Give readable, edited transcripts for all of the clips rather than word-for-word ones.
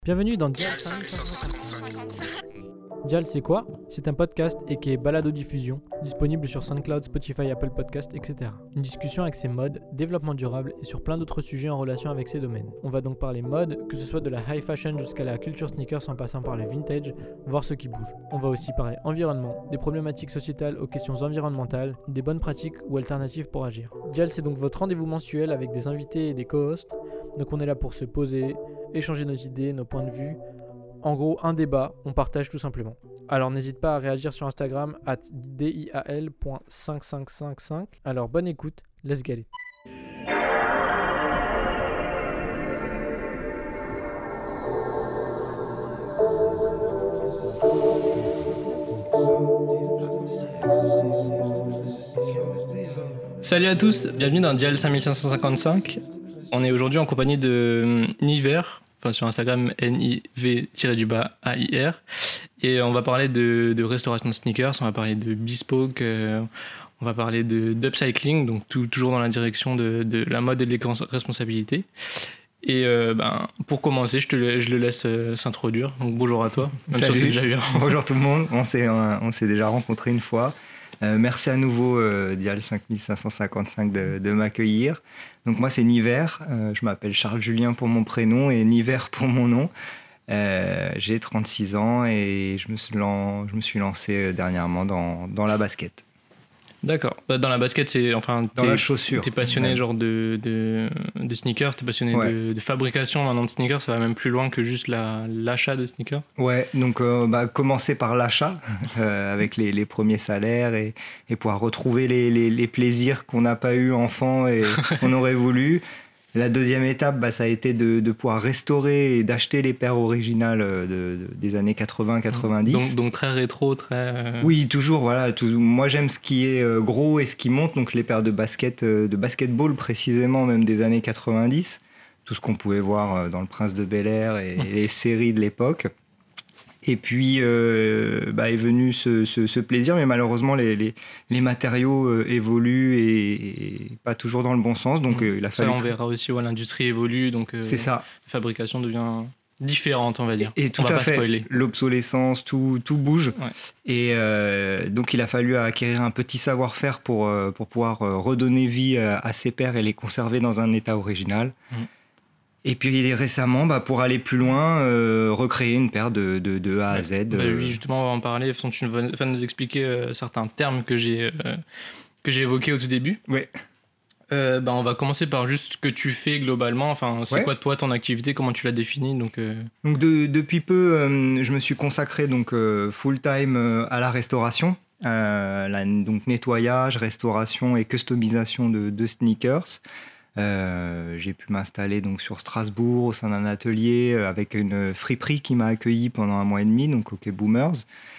Bienvenue dans Dial 5555. Dial, c'est quoi? C'est un podcast et qui est balado-diffusion, disponible sur SoundCloud, Spotify, Apple Podcast, etc. Une discussion avec ses modes, développement durable et sur plein d'autres sujets en relation avec ces domaines. On va donc parler mode, que ce soit de la high fashion jusqu'à la culture sneakers en passant par le vintage, voir ce qui bouge. On va aussi parler environnement, des problématiques sociétales aux questions environnementales, des bonnes pratiques ou alternatives pour agir. Dial, c'est donc votre rendez-vous mensuel avec des invités et des co-hosts. Donc on est là pour se poser, échanger nos idées, nos points de vue. En gros, un débat, on partage tout simplement. Alors n'hésite pas à réagir sur Instagram @dial.5555. Alors bonne écoute, let's get it. Salut à tous, bienvenue dans Dial 5555. On est aujourd'hui en compagnie de Niver, enfin sur Instagram NIV-AIR, et on va parler de restauration de sneakers, on va parler de bespoke, on va parler d'upcycling, donc toujours dans la direction de la mode et de l'éco-responsabilité. Et pour commencer, je le laisse s'introduire. Donc bonjour à toi. Même Salut. Déjà eu bonjour tout le monde. On s'est déjà rencontrés une fois. Merci à nouveau Dial 5555 de m'accueillir. Donc moi c'est Niver. Je m'appelle Charles Julien pour mon prénom et Niver pour mon nom. J'ai 36 ans et je me suis lancé dernièrement dans la basket. D'accord. Dans la basket, dans la chaussure. T'es passionné genre de sneakers, t'es passionné de fabrication maintenant de sneakers, ça va même plus loin que juste l'achat de sneakers. Ouais, donc commencer par l'achat avec les premiers salaires et pouvoir retrouver les plaisirs qu'on n'a pas eu enfant et qu'on aurait voulu. La deuxième étape, ça a été de pouvoir restaurer et d'acheter les paires originales des années 80-90. Donc très rétro, très... Oui, toujours, voilà. Moi, j'aime ce qui est gros et ce qui monte, donc les paires de basketball précisément, même des années 90. Tout ce qu'on pouvait voir dans Le Prince de Bel-Air et les séries de l'époque. Et puis est venu ce plaisir, mais malheureusement les matériaux évoluent et pas toujours dans le bon sens. Donc il a fallu. Ça, on verra aussi où l'industrie évolue, donc c'est ça. La fabrication devient différente, on va dire. Et tout on va à pas fait. Spoiler. L'obsolescence, tout bouge. Ouais. Et donc il a fallu acquérir un petit savoir-faire pour pouvoir redonner vie à ces paires et les conserver dans un état original. Et puis récemment, pour aller plus loin, recréer une paire de A à Z. Oui, justement, on va en parler. De toute façon, tu vas nous expliquer certains termes que j'ai évoqués au tout début. Oui. On va commencer par juste ce que tu fais globalement. Enfin, c'est quoi toi ton activité? Comment tu la définis? Donc depuis peu, je me suis consacré donc full time à la restauration, donc nettoyage, restauration et customisation de sneakers. J'ai pu m'installer donc sur Strasbourg au sein d'un atelier avec une friperie qui m'a accueilli pendant 1 mois et demi, donc OK Boomers.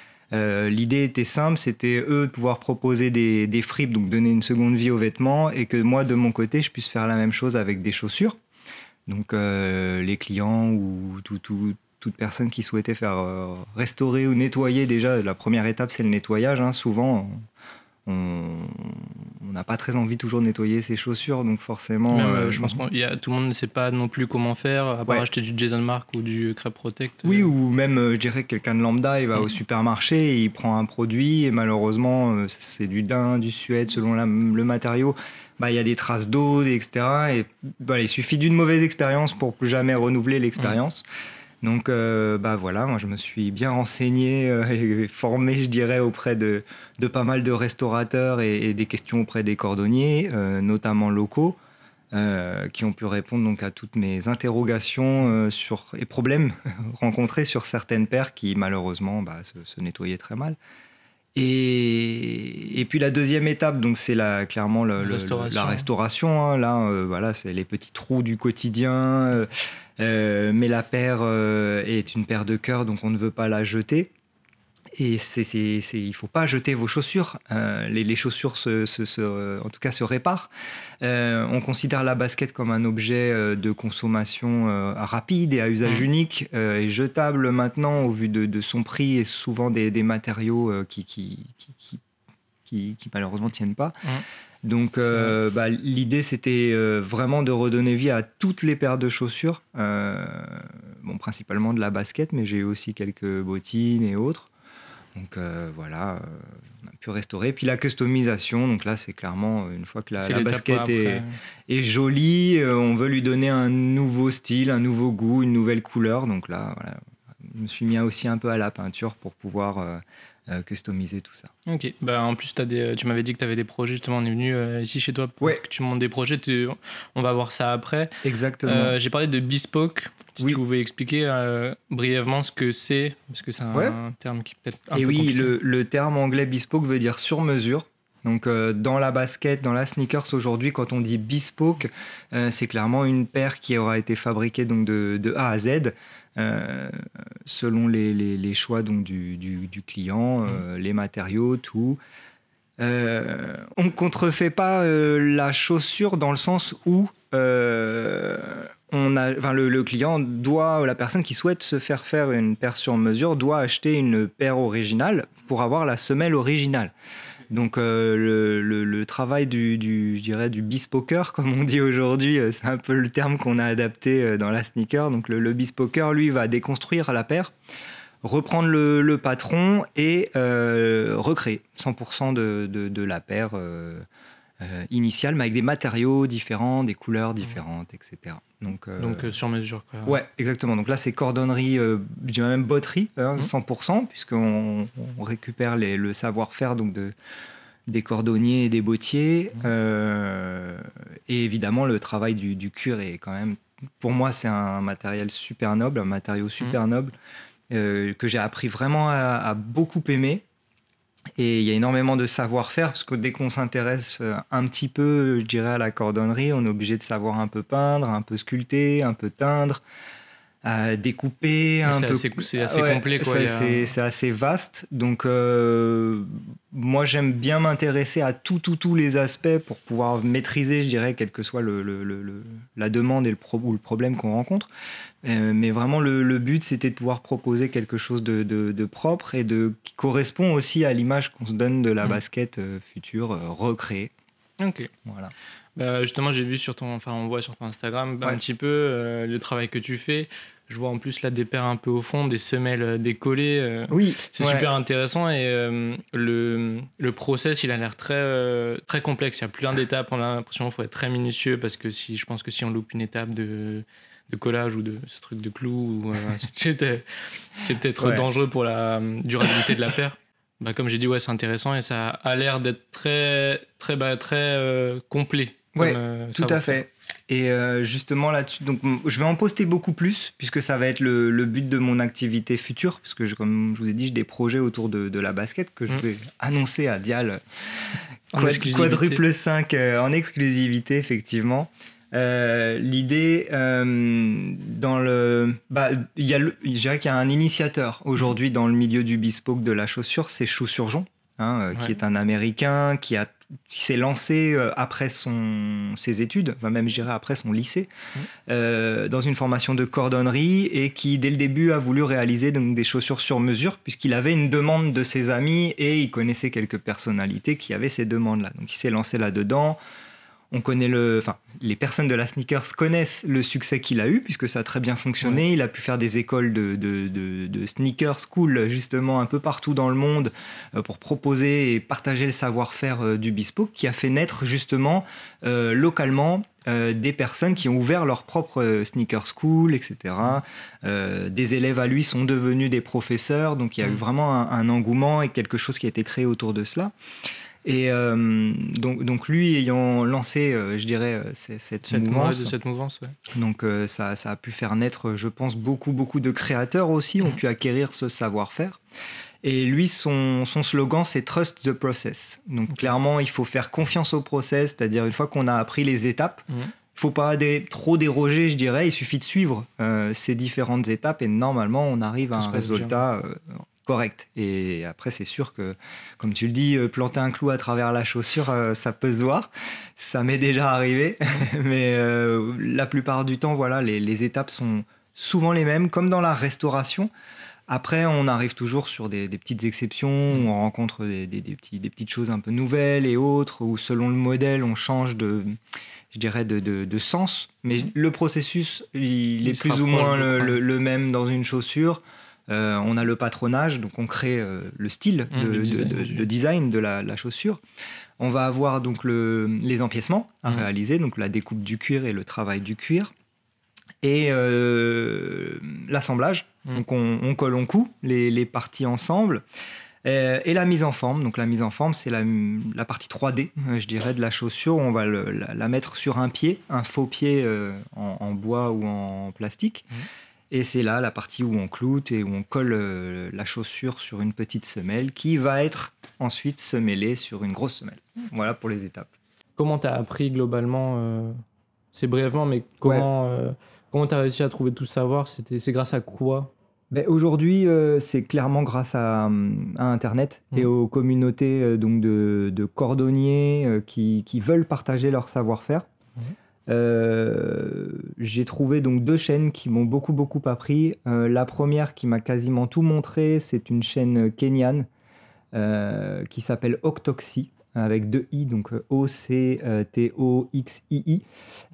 L'idée était simple, c'était eux de pouvoir proposer des fripes, donc donner une seconde vie aux vêtements, et que moi de mon côté je puisse faire la même chose avec des chaussures. Donc les clients ou toute personne qui souhaitait faire restaurer ou nettoyer, déjà la première étape c'est le nettoyage, souvent on n'a pas très envie toujours de nettoyer ses chaussures, donc forcément... je pense que tout le monde ne sait pas non plus comment faire, à part acheter du Jason Mark ou du Crep Protect. Oui, ou même, je dirais que quelqu'un de lambda, il va au supermarché, et il prend un produit, et malheureusement, c'est du daim, du suède, selon le matériau, il y a des traces d'eau, etc. Et il suffit d'une mauvaise expérience pour plus jamais renouveler l'expérience. Donc voilà, moi je me suis bien renseigné et formé, je dirais, auprès de pas mal de restaurateurs et des questions auprès des cordonniers, notamment locaux, qui ont pu répondre donc à toutes mes interrogations et problèmes rencontrés sur certaines paires qui malheureusement se nettoyaient très mal. Et puis la deuxième étape, donc c'est clairement la restauration. Là, c'est les petits trous du quotidien. Mais la paire est une paire de cœur, donc on ne veut pas la jeter. Et il faut pas jeter vos chaussures. Les chaussures en tout cas se réparent. On considère la basket comme un objet de consommation rapide et à usage unique et jetable maintenant au vu de son prix et souvent des matériaux qui malheureusement tiennent pas. Donc, l'idée, c'était vraiment de redonner vie à toutes les paires de chaussures. Principalement de la basket, mais j'ai aussi quelques bottines et autres. Donc, on a pu restaurer. Puis la customisation, donc là, c'est clairement, une fois que la basket est jolie, on veut lui donner un nouveau style, un nouveau goût, une nouvelle couleur. Donc là, voilà, je me suis mis aussi un peu à la peinture pour pouvoir... customiser tout ça. Ok, en plus tu m'avais dit que tu avais des projets, justement on est venu ici chez toi pour que tu montes des projets, on va voir ça après. Exactement. J'ai parlé de bespoke, si tu pouvais expliquer brièvement ce que c'est, parce que c'est un terme qui peut être un peu compliqué. Le terme anglais bespoke veut dire sur mesure. Donc dans la basket, dans la sneakers aujourd'hui, quand on dit bespoke, c'est clairement une paire qui aura été fabriquée donc de A à Z, selon les choix donc du client, les matériaux, tout. On ne contrefait pas la chaussure dans le sens où le client doit, la personne qui souhaite se faire une paire sur mesure doit acheter une paire originale pour avoir la semelle originale. Donc le travail je dirais du bespoker, comme on dit aujourd'hui, c'est un peu le terme qu'on a adapté dans la sneaker. Donc le bespoker, lui, va déconstruire la paire, reprendre le patron et recréer 100% de la paire initiale, mais avec des matériaux différents, des couleurs différentes, etc. Donc sur mesure, quoi. Ouais, exactement. Donc là, c'est cordonnerie, je dirais même botterie, 100%, puisqu'on récupère le savoir-faire donc des cordonniers et des bottiers. Et évidemment, le travail du cuir est quand même... Pour moi, c'est un matériel super noble, un matériau super noble, que j'ai appris vraiment à beaucoup aimer. Et il y a énormément de savoir-faire, parce que dès qu'on s'intéresse un petit peu, je dirais, à la cordonnerie, on est obligé de savoir un peu peindre, un peu sculpter, un peu teindre, découper. C'est assez complet, quoi. C'est assez vaste. Donc, moi, j'aime bien m'intéresser à tous les aspects pour pouvoir maîtriser, je dirais, quelle que soit la demande et le problème qu'on rencontre. Mais vraiment, le but, c'était de pouvoir proposer quelque chose de propre et qui correspond aussi à l'image qu'on se donne de la basket future, recréée. Ok. Voilà. Justement, j'ai vu on voit sur ton Instagram un petit peu le travail que tu fais. Je vois en plus là des paires un peu au fond, des semelles décollées. Oui. C'est super intéressant et le process, il a l'air très, très complexe. Il y a plein d'étapes. On a l'impression qu'il faut être très minutieux parce que je pense que si on loupe une étape de collage ou de ce truc de clou, c'est peut-être dangereux pour la durabilité de la paire. Comme j'ai dit, c'est intéressant et ça a l'air d'être très, très, très complet. Oui, tout à fait. Et justement là-dessus, donc, je vais en poster beaucoup plus puisque ça va être le but de mon activité future, puisque comme je vous ai dit, j'ai des projets autour de la basket que je vais annoncer à Dial quadruple 5 en exclusivité, effectivement. L'idée je dirais qu'il y a un initiateur aujourd'hui dans le milieu du bespoke de la chaussure, c'est Chou Surgeon, qui est un Américain qui s'est lancé après ses études, même je dirais après son lycée, dans une formation de cordonnerie et qui dès le début a voulu réaliser donc, des chaussures sur mesure puisqu'il avait une demande de ses amis et il connaissait quelques personnalités qui avaient ces demandes-là. Donc il s'est lancé là-dedans. On connaît les personnes de la sneakers connaissent le succès qu'il a eu puisque ça a très bien fonctionné. Ouais. Il a pu faire des écoles de sneakers school justement un peu partout dans le monde pour proposer et partager le savoir-faire du bespoke qui a fait naître justement localement des personnes qui ont ouvert leur propre sneaker school, etc. Des élèves à lui sont devenus des professeurs. Donc il y a eu vraiment un engouement et quelque chose qui a été créé autour de cela. Et donc lui ayant lancé, je dirais, cette mouvance, donc ça a pu faire naître, je pense, beaucoup de créateurs aussi ont pu acquérir ce savoir-faire. Et lui, son slogan, c'est « Trust the process ». Donc clairement, il faut faire confiance au process, c'est-à-dire une fois qu'on a appris les étapes, il ne faut pas trop déroger, je dirais, il suffit de suivre ces différentes étapes et normalement, on arrive à un résultat correct. Et après, c'est sûr que, comme tu le dis, planter un clou à travers la chaussure, ça peut se voir. Ça m'est déjà arrivé. Mais la plupart du temps, voilà, les étapes sont souvent les mêmes, comme dans la restauration. Après, on arrive toujours sur des petites exceptions, où on rencontre des petites choses un peu nouvelles et autres, où selon le modèle, on change de sens. Mais le processus, il est plus ou moins le même dans une chaussure. On a le patronage, donc on crée le style, le design de la chaussure. On va avoir donc les empiècements à réaliser, donc la découpe du cuir et le travail du cuir. Et l'assemblage, donc on colle, on coud les parties ensemble. Et la mise en forme, donc la mise en forme, c'est la partie 3D, je dirais, de la chaussure. On va la mettre sur un pied, un faux pied en bois ou en plastique. Et c'est là la partie où on cloute et où on colle la chaussure sur une petite semelle qui va être ensuite semellée sur une grosse semelle. Voilà pour les étapes. Comment tu as appris globalement c'est brièvement, mais comment tu as réussi à trouver tout ce savoir? C'est grâce à quoi? Aujourd'hui, c'est clairement grâce à Internet et aux communautés donc de cordonniers qui veulent partager leur savoir-faire. J'ai trouvé donc 2 chaînes qui m'ont beaucoup appris. La première qui m'a quasiment tout montré, c'est une chaîne kenyane qui s'appelle Octoxi, avec 2 i, donc Octoxii.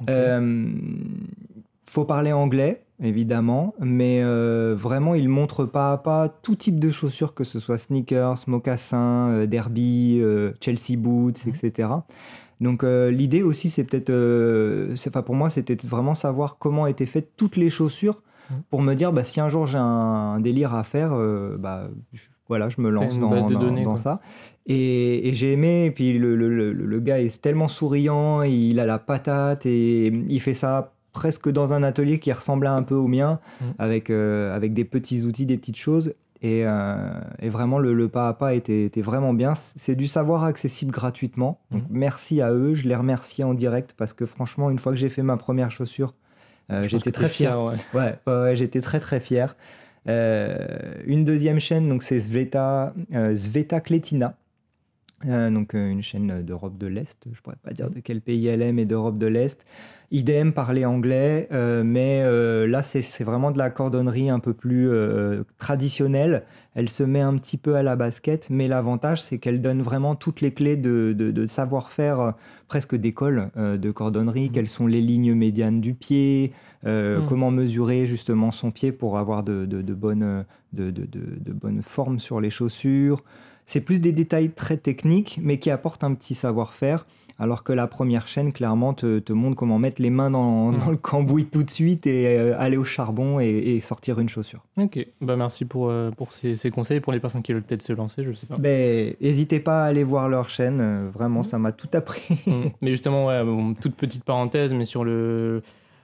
Faut parler anglais, évidemment, mais vraiment, il montre pas à pas tout type de chaussures, que ce soit sneakers, mocassins, derby, Chelsea boots, etc. Donc l'idée aussi, c'est peut-être, pour moi, c'était vraiment savoir comment étaient faites toutes les chaussures pour me dire, si un jour j'ai un délire à faire, je me lance dans ça. Et j'ai aimé, et puis le gars est tellement souriant, il a la patate, et il fait ça presque dans un atelier qui ressemblait un peu au mien, avec des petits outils, des petites choses. Et vraiment, le pas à pas était vraiment bien. C'est du savoir accessible gratuitement. Donc, merci à eux. Je les remercie en direct parce que franchement, une fois que j'ai fait ma première chaussure, j'étais très fier. Ouais, j'étais très fier. Une deuxième chaîne, donc c'est Sveta Kletina. Donc une chaîne d'Europe de l'Est, je pourrais pas dire de quel pays elle est, mais d'Europe de l'Est. Idem, parler anglais, mais là c'est vraiment de la cordonnerie un peu plus traditionnelle. Elle se met un petit peu à la basket, mais l'avantage c'est qu'elle donne vraiment toutes les clés de savoir-faire presque d'école de cordonnerie. Quelles sont les lignes médianes du pied, comment mesurer justement son pied pour avoir de bonnes formes sur les chaussures. C'est plus des détails très techniques, mais qui apportent un petit savoir-faire, alors que la première chaîne, clairement, te montre comment mettre les mains dans le cambouis tout de suite et aller au charbon et sortir une chaussure. Ok, merci pour ces conseils pour les personnes qui veulent peut-être se lancer, je sais pas. N'hésitez pas à aller voir leur chaîne, vraiment, ça m'a tout appris. Mais justement, toute petite parenthèse, mais sur le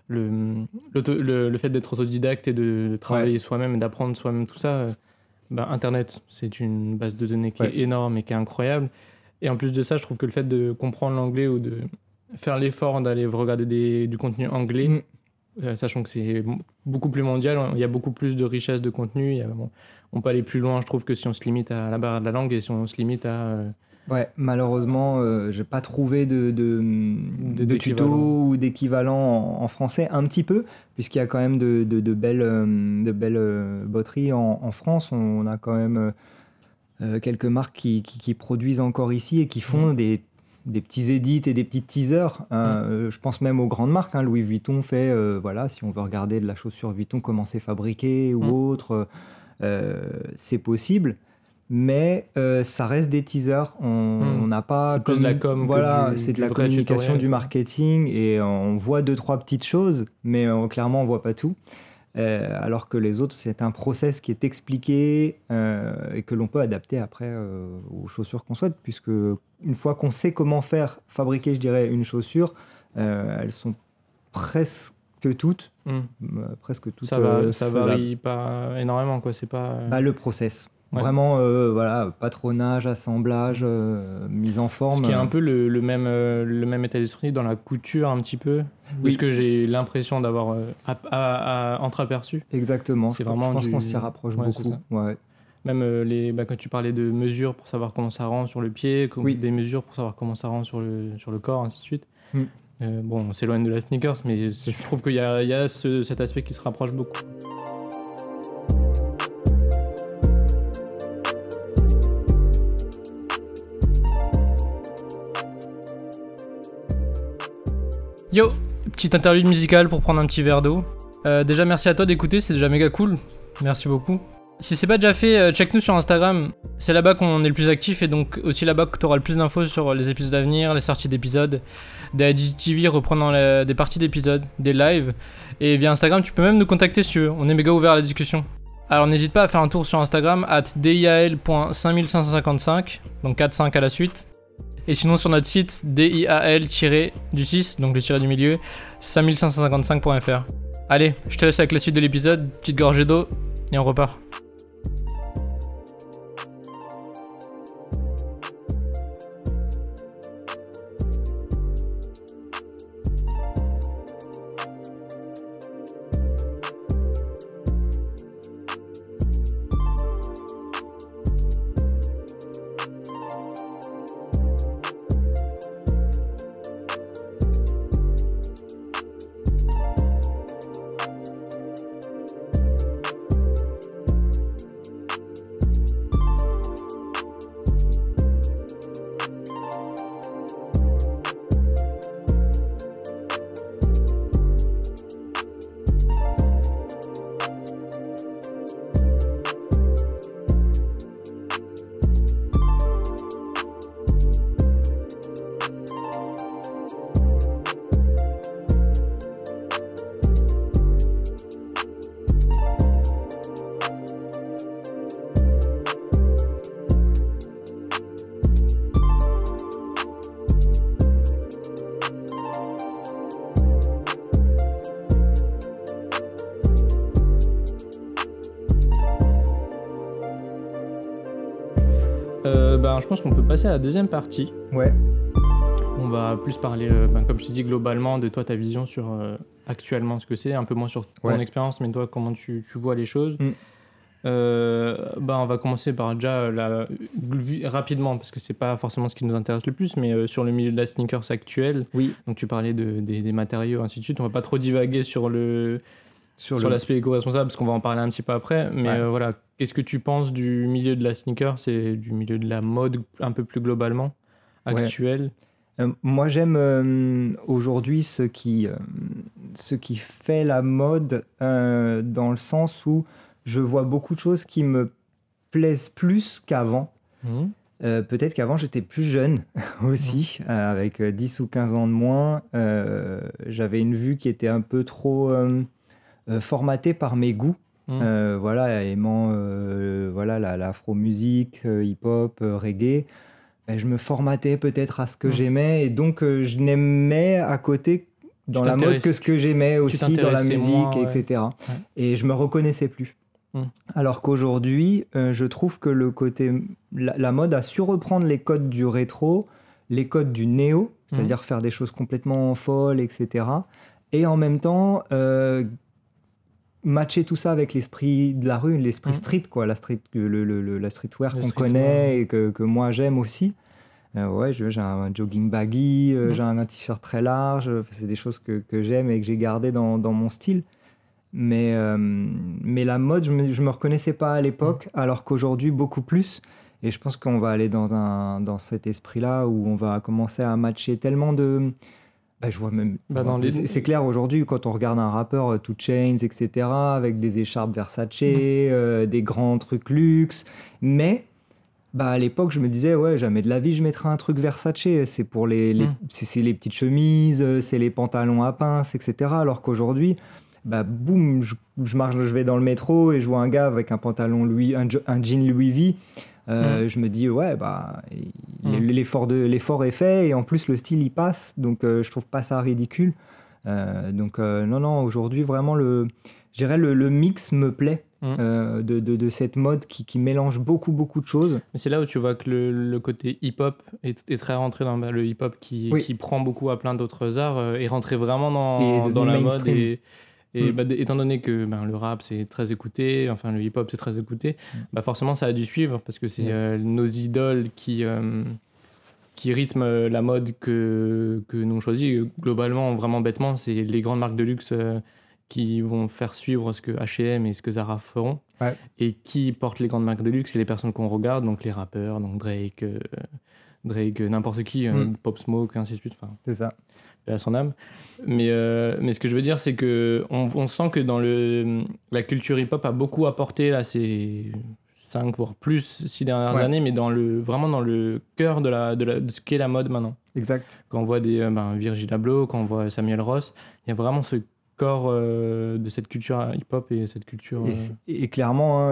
fait d'être autodidacte et de travailler soi-même et d'apprendre soi-même tout ça... Internet, c'est une base de données qui est énorme et qui est incroyable. Et en plus de ça, je trouve que le fait de comprendre l'anglais ou de faire l'effort d'aller regarder du contenu anglais, sachant que c'est beaucoup plus mondial, il y a beaucoup plus de richesse de contenu. On peut aller plus loin, je trouve, que si on se limite à la barrière de la langue et si on se limite à... malheureusement, j'ai pas trouvé de tuto ou d'équivalent en français, un petit peu, puisqu'il y a quand même de belles botteries en France. On a quand même quelques marques qui produisent encore ici et qui font des petits edits et des petits teasers. Je pense même aux grandes marques. Louis Vuitton fait, si on veut regarder de la chaussure Vuitton, comment c'est fabriqué ou autre, c'est possible. Mais ça reste des teasers. On n'a pas. C'est plus de la com. C'est de la communication, du marketing, et on voit 2-3 petites choses, mais clairement on voit pas tout. Alors que les autres, c'est un process qui est expliqué et que l'on peut adapter après aux chaussures qu'on souhaite, puisque une fois qu'on sait comment fabriquer, je dirais, une chaussure, elles sont presque toutes. Ça varie pas énormément, quoi. C'est pas. Le process. Vraiment, patronage, assemblage, mise en forme. Ce qui est un peu le même état d'esprit dans la couture, un petit peu, puisque j'ai l'impression d'avoir entreaperçu. Exactement, je pense qu'on s'y rapproche beaucoup. Même quand tu parlais de mesures pour savoir comment ça rend sur le pied, des mesures pour savoir comment ça rend sur le corps, ainsi de suite. On s'éloigne de la sneakers, mais je trouve qu'il y a cet aspect qui se rapproche beaucoup. Yo, petite interlude musicale pour prendre un petit verre d'eau. Déjà merci à toi d'écouter, c'est déjà méga cool. Merci beaucoup. Si c'est pas déjà fait, check nous sur Instagram. C'est là-bas qu'on est le plus actif et donc aussi là-bas que t'auras le plus d'infos sur les épisodes à venir, les sorties d'épisodes, des IGTV reprenant des parties d'épisodes, des lives. Et via Instagram, tu peux même nous contacter si tu veux. On est méga ouvert à la discussion. Alors n'hésite pas à faire un tour sur Instagram @dial.5555, donc 4-5 à la suite. Et sinon sur notre site dial-du6, donc le tiré du milieu, 5555.fr. Allez, je te laisse avec la suite de l'épisode, petite gorgée d'eau et on repart. Je pense qu'on peut passer à la deuxième partie. Ouais. On va plus parler, comme je t'ai dit, globalement de toi, ta vision sur actuellement ce que c'est, un peu moins sur ton expérience, mais toi, comment tu vois les choses. On va commencer par déjà rapidement, parce que c'est pas forcément ce qui nous intéresse le plus, mais sur le milieu de la sneakers actuelle. Oui. Donc tu parlais des matériaux, ainsi de suite. On va pas trop divaguer sur l'aspect éco-responsable, parce qu'on va en parler un petit peu après. Mais voilà, qu'est-ce que tu penses du milieu de la sneaker, c'est du milieu de la mode un peu plus globalement, actuel? Moi, j'aime aujourd'hui ce qui fait la mode, dans le sens où je vois beaucoup de choses qui me plaisent plus qu'avant. Peut-être qu'avant, j'étais plus jeune aussi, avec 10 ou 15 ans de moins. J'avais une vue qui était un peu trop formatée par mes goûts. Aimant l'afro-musique, hip-hop, reggae. Je me formatais peut-être à ce que j'aimais, et donc je n'aimais à côté dans la mode que ce que j'aimais aussi dans la musique, etc. Ouais. Et je me reconnaissais plus. Alors qu'aujourd'hui, je trouve que la mode a su reprendre les codes du rétro, les codes du néo, c'est-à-dire faire des choses complètement folles, etc. Et en même temps, matcher tout ça avec l'esprit de la rue, l'esprit street, quoi, la streetwear qu'on connaît et que moi j'aime aussi. J'ai un jogging baggy, j'ai un t-shirt très large, c'est des choses que j'aime et que j'ai gardées dans mon style. Mais la mode, je me reconnaissais pas à l'époque, alors qu'aujourd'hui beaucoup plus. Et je pense qu'on va aller dans cet esprit-là où on va commencer à matcher tellement de... je vois même... C'est clair aujourd'hui, quand on regarde un rappeur, 2 Chainz, etc., avec des écharpes Versace, des grands trucs luxe. Mais à l'époque, je me disais, jamais de la vie, je mettrais un truc Versace. C'est pour c'est les petites chemises, c'est les pantalons à pince, etc. Alors qu'aujourd'hui, boum, je vais dans le métro et je vois un gars avec un pantalon un jean Louis V. Je me dis l'effort est fait, et en plus le style il passe, donc je trouve pas ça ridicule. Non, aujourd'hui vraiment je dirais le mix me plaît, de cette mode qui mélange beaucoup de choses. Mais c'est là où tu vois que le côté hip-hop est très rentré dans le hip-hop qui prend beaucoup à plein d'autres arts, est rentré vraiment dans la mode et étant donné que le rap c'est très écouté, enfin le hip-hop c'est très écouté, forcément ça a dû suivre, parce que c'est nos idoles qui rythment la mode que nous on choisit. Globalement, vraiment bêtement, c'est les grandes marques de luxe qui vont faire suivre ce que H&M et ce que Zara feront. Et qui portent les grandes marques de luxe, c'est les personnes qu'on regarde, donc les rappeurs, donc Drake, n'importe qui, Pop Smoke, ainsi de suite. C'est ça. à son âme. Mais ce que je veux dire, c'est qu'on sent que dans la culture hip-hop a beaucoup apporté là, ces 5 voire plus 6 dernières années, mais vraiment dans le cœur de ce qu'est la mode maintenant. Exact. Quand on voit des Virgil Abloh, quand on voit Samuel Ross, il y a vraiment ce corps de cette culture hip-hop et cette culture... Et clairement,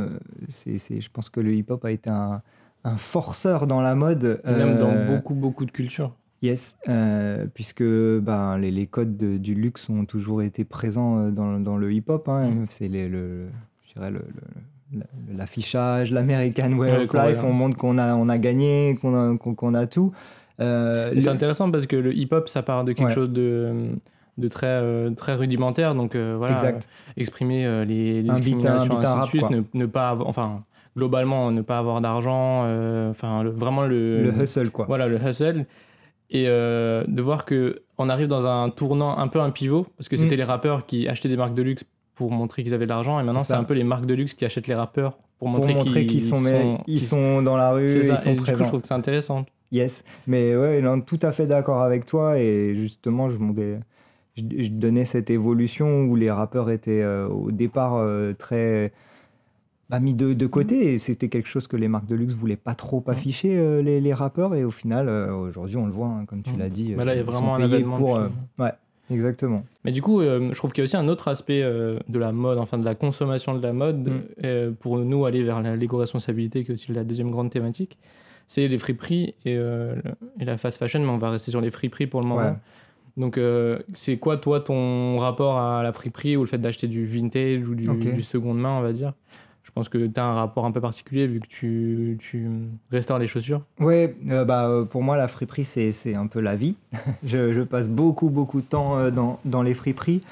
je pense que le hip-hop a été un forceur dans la mode. Et même dans beaucoup de cultures. Yes, puisque les codes du luxe ont toujours été présents dans le hip-hop. Hein. C'est je dirais l'affichage, l'American Way of Life. On montre qu'on a gagné, qu'on a tout. C'est intéressant parce que le hip-hop, ça part de quelque chose de très, très rudimentaire. Donc exprimer les discriminations, ainsi de suite, ne pas avoir, globalement, ne pas avoir d'argent, vraiment le hustle, quoi. Voilà, le hustle. Et de voir qu'on arrive dans un tournant, un peu un pivot, parce que c'était les rappeurs qui achetaient des marques de luxe pour montrer qu'ils avaient de l'argent, et maintenant c'est un peu les marques de luxe qui achètent les rappeurs pour montrer qu'ils sont dans la rue, ils sont présents. Du coup, je trouve que c'est intéressant. Yes, mais ouais, non, tout à fait d'accord avec toi, et justement, je donnais cette évolution où les rappeurs étaient au départ très mis de côté, et c'était quelque chose que les marques de luxe voulaient pas trop afficher, les rappeurs, et au final, aujourd'hui, on le voit, hein, comme tu l'as dit. Là, il y a vraiment un événement. Ouais, exactement. Mais du coup, je trouve qu'il y a aussi un autre aspect de la mode, de la consommation de la mode, pour nous aller vers l'éco-responsabilité, qui est aussi la deuxième grande thématique. C'est les friperies et la fast fashion, mais on va rester sur les friperies pour le moment. Ouais. Donc, c'est quoi, toi, ton rapport à la friperie ou le fait d'acheter du vintage ou du seconde main, on va dire ? Je pense que tu as un rapport un peu particulier vu que tu restaures les chaussures. Oui, pour moi, la friperie, c'est un peu la vie. je passe beaucoup de temps dans les friperies.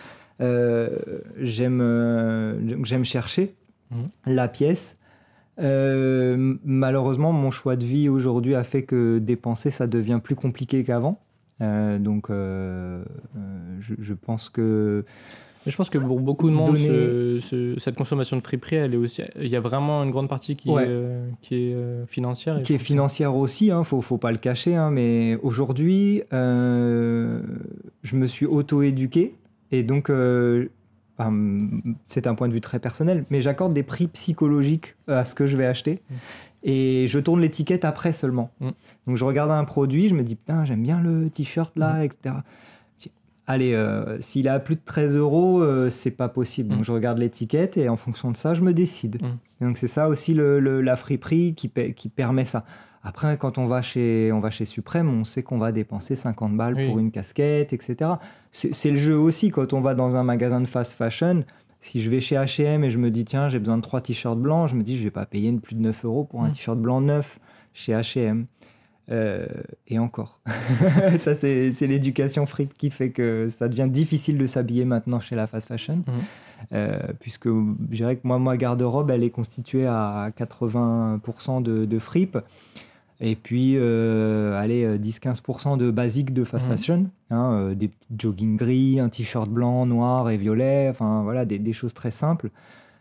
J'aime chercher la pièce. Malheureusement, mon choix de vie aujourd'hui a fait que dépenser, ça devient plus compliqué qu'avant. Donc, je pense que... Mais je pense que pour beaucoup de monde, cette consommation de friperie, elle est aussi... il y a vraiment une grande partie qui est financière. Qui est financière aussi, hein, faut pas le cacher. Hein, mais aujourd'hui, je me suis auto-éduqué. Et donc, c'est un point de vue très personnel, mais j'accorde des prix psychologiques à ce que je vais acheter. Et je tourne l'étiquette après seulement. Donc, je regarde un produit, je me dis, putain, j'aime bien le t-shirt là, etc. Allez, s'il est à plus de 13 €, c'est pas possible. Donc, je regarde l'étiquette et en fonction de ça, je me décide. Et donc, c'est ça aussi la friperie qui permet ça. Après, quand on va chez Suprême, on sait qu'on va dépenser 50 balles pour une casquette, etc. C'est le jeu aussi. Quand on va dans un magasin de fast fashion, si je vais chez H&M et je me dis, tiens, j'ai besoin de 3 t-shirts blancs, je me dis, je vais pas payer plus de 9 € pour un t-shirt blanc neuf chez H&M. Et encore. Ça, c'est l'éducation fripe qui fait que ça devient difficile de s'habiller maintenant chez la fast fashion. Puisque je dirais que ma garde-robe, elle est constituée à 80% de fripe. Et puis, 10-15% de basique de fast fashion. Hein, des petits jogging gris, un t-shirt blanc, noir et violet. Enfin, voilà, des choses très simples.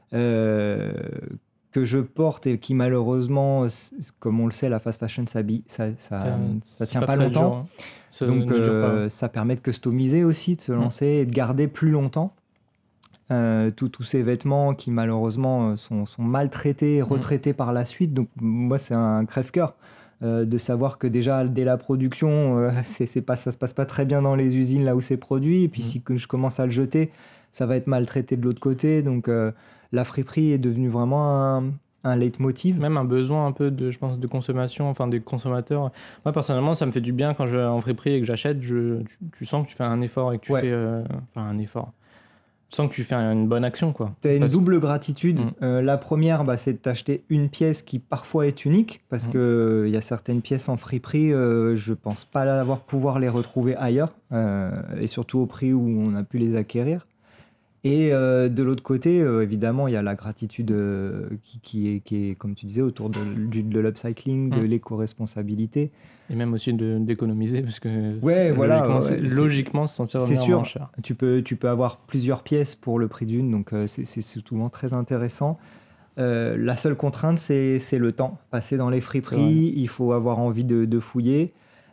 Que je porte et qui malheureusement, comme on le sait, la fast fashion, ça tient pas longtemps. Dur, hein. Donc ça permet de customiser aussi, de se lancer et de garder plus longtemps. Tous ces vêtements qui malheureusement sont maltraités, retraités par la suite. Donc moi, c'est un crève-cœur de savoir que déjà dès la production, ça se passe pas très bien dans les usines là où c'est produit. Et puis si je commence à le jeter, ça va être maltraité de l'autre côté. Donc la friperie est devenue vraiment un leitmotiv. Même un besoin un peu de consommation, des consommateurs. Moi, personnellement, ça me fait du bien quand je vais en friperie et que j'achète. Tu sens que tu fais un effort et que tu fais un effort. Tu sens que tu fais une bonne action, quoi. Tu as une double gratitude. La première, c'est de t'acheter une pièce qui parfois est unique, parce qu'il y a certaines pièces en friperie, je pense pas pouvoir les retrouver ailleurs, et surtout au prix où on a pu les acquérir. Et de l'autre côté, évidemment, il y a la gratitude qui est, comme tu disais, autour de l'upcycling, de l'éco-responsabilité. Et même aussi d'économiser, parce que logiquement, c'est sûr. Cher. Tu peux avoir plusieurs pièces pour le prix d'une, donc c'est souvent très intéressant. La seule contrainte, c'est le temps. Passer dans les friperies, il faut avoir envie de fouiller.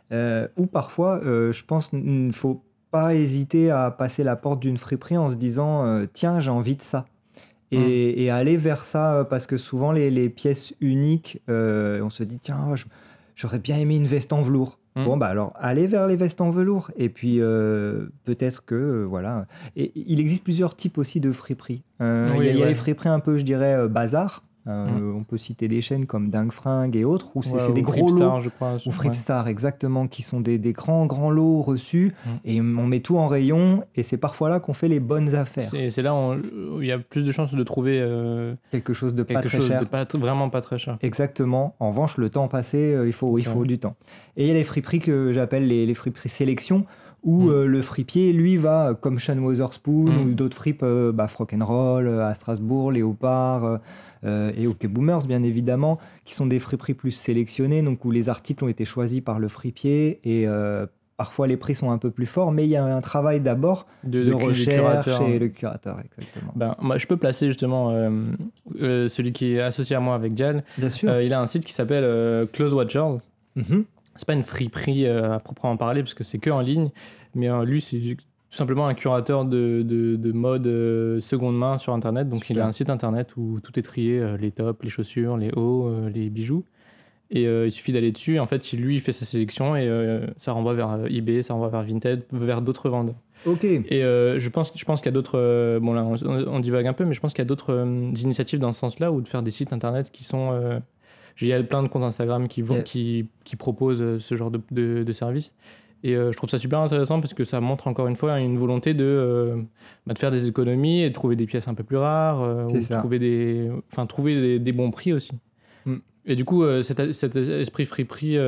Ou parfois, je pense qu'il ne faut pas hésiter à passer la porte d'une friperie en se disant tiens, j'ai envie de ça. Et aller vers ça, parce que souvent les pièces uniques, on se dit tiens, j'aurais bien aimé une veste en velours. Bon, bah alors, allez vers les vestes en velours. Et puis, peut-être que, voilà. Et il existe plusieurs types aussi de friperies. Il y a les friperies un peu, je dirais, bazar. On peut citer des chaînes comme Dingue Fringue et autres, où c'est des gros lots. Je crois, ou Fripstar, exactement, qui sont des grands lots reçus. Et on met tout en rayon. Et c'est parfois là qu'on fait les bonnes affaires. C'est là où il y a plus de chances de trouver quelque chose de pas très cher. Vraiment pas très cher. Exactement. En revanche, le temps passé, il faut du temps. Et il y a les friperies que j'appelle les friperies sélection, où le fripier, lui, va, comme Sean Wotherspoon ou d'autres fripes, Frock'n'Roll, à Strasbourg, Léopard, et OK Boomers, bien évidemment, qui sont des friperies plus sélectionnées, donc où les articles ont été choisis par le fripier, et parfois les prix sont un peu plus forts, mais il y a un travail d'abord de recherche et le curateur, exactement. Moi, je peux placer justement celui qui est associé à moi avec Dial. Bien sûr. Il a un site qui s'appelle Close Watchers. C'est pas une friperie à proprement parler, parce que c'est que en ligne, mais lui, c'est tout simplement un curateur de mode seconde main sur Internet. Donc, il a un site Internet où tout est trié, les tops, les chaussures, les hauts, les bijoux. Et il suffit d'aller dessus. En fait, lui, il fait sa sélection et ça renvoie vers eBay, ça renvoie vers Vinted, vers d'autres vendeurs. Ok. Et je pense qu'il y a d'autres... bon, là, on divague un peu, mais je pense qu'il y a d'autres initiatives dans ce sens-là, ou de faire des sites Internet qui sont... il y a plein de comptes Instagram qui proposent ce genre de services. Et je trouve ça super intéressant parce que ça montre encore une fois une volonté de faire des économies et de trouver des pièces un peu plus rares, ou trouver des bons prix aussi. Et du coup, cet esprit friperie,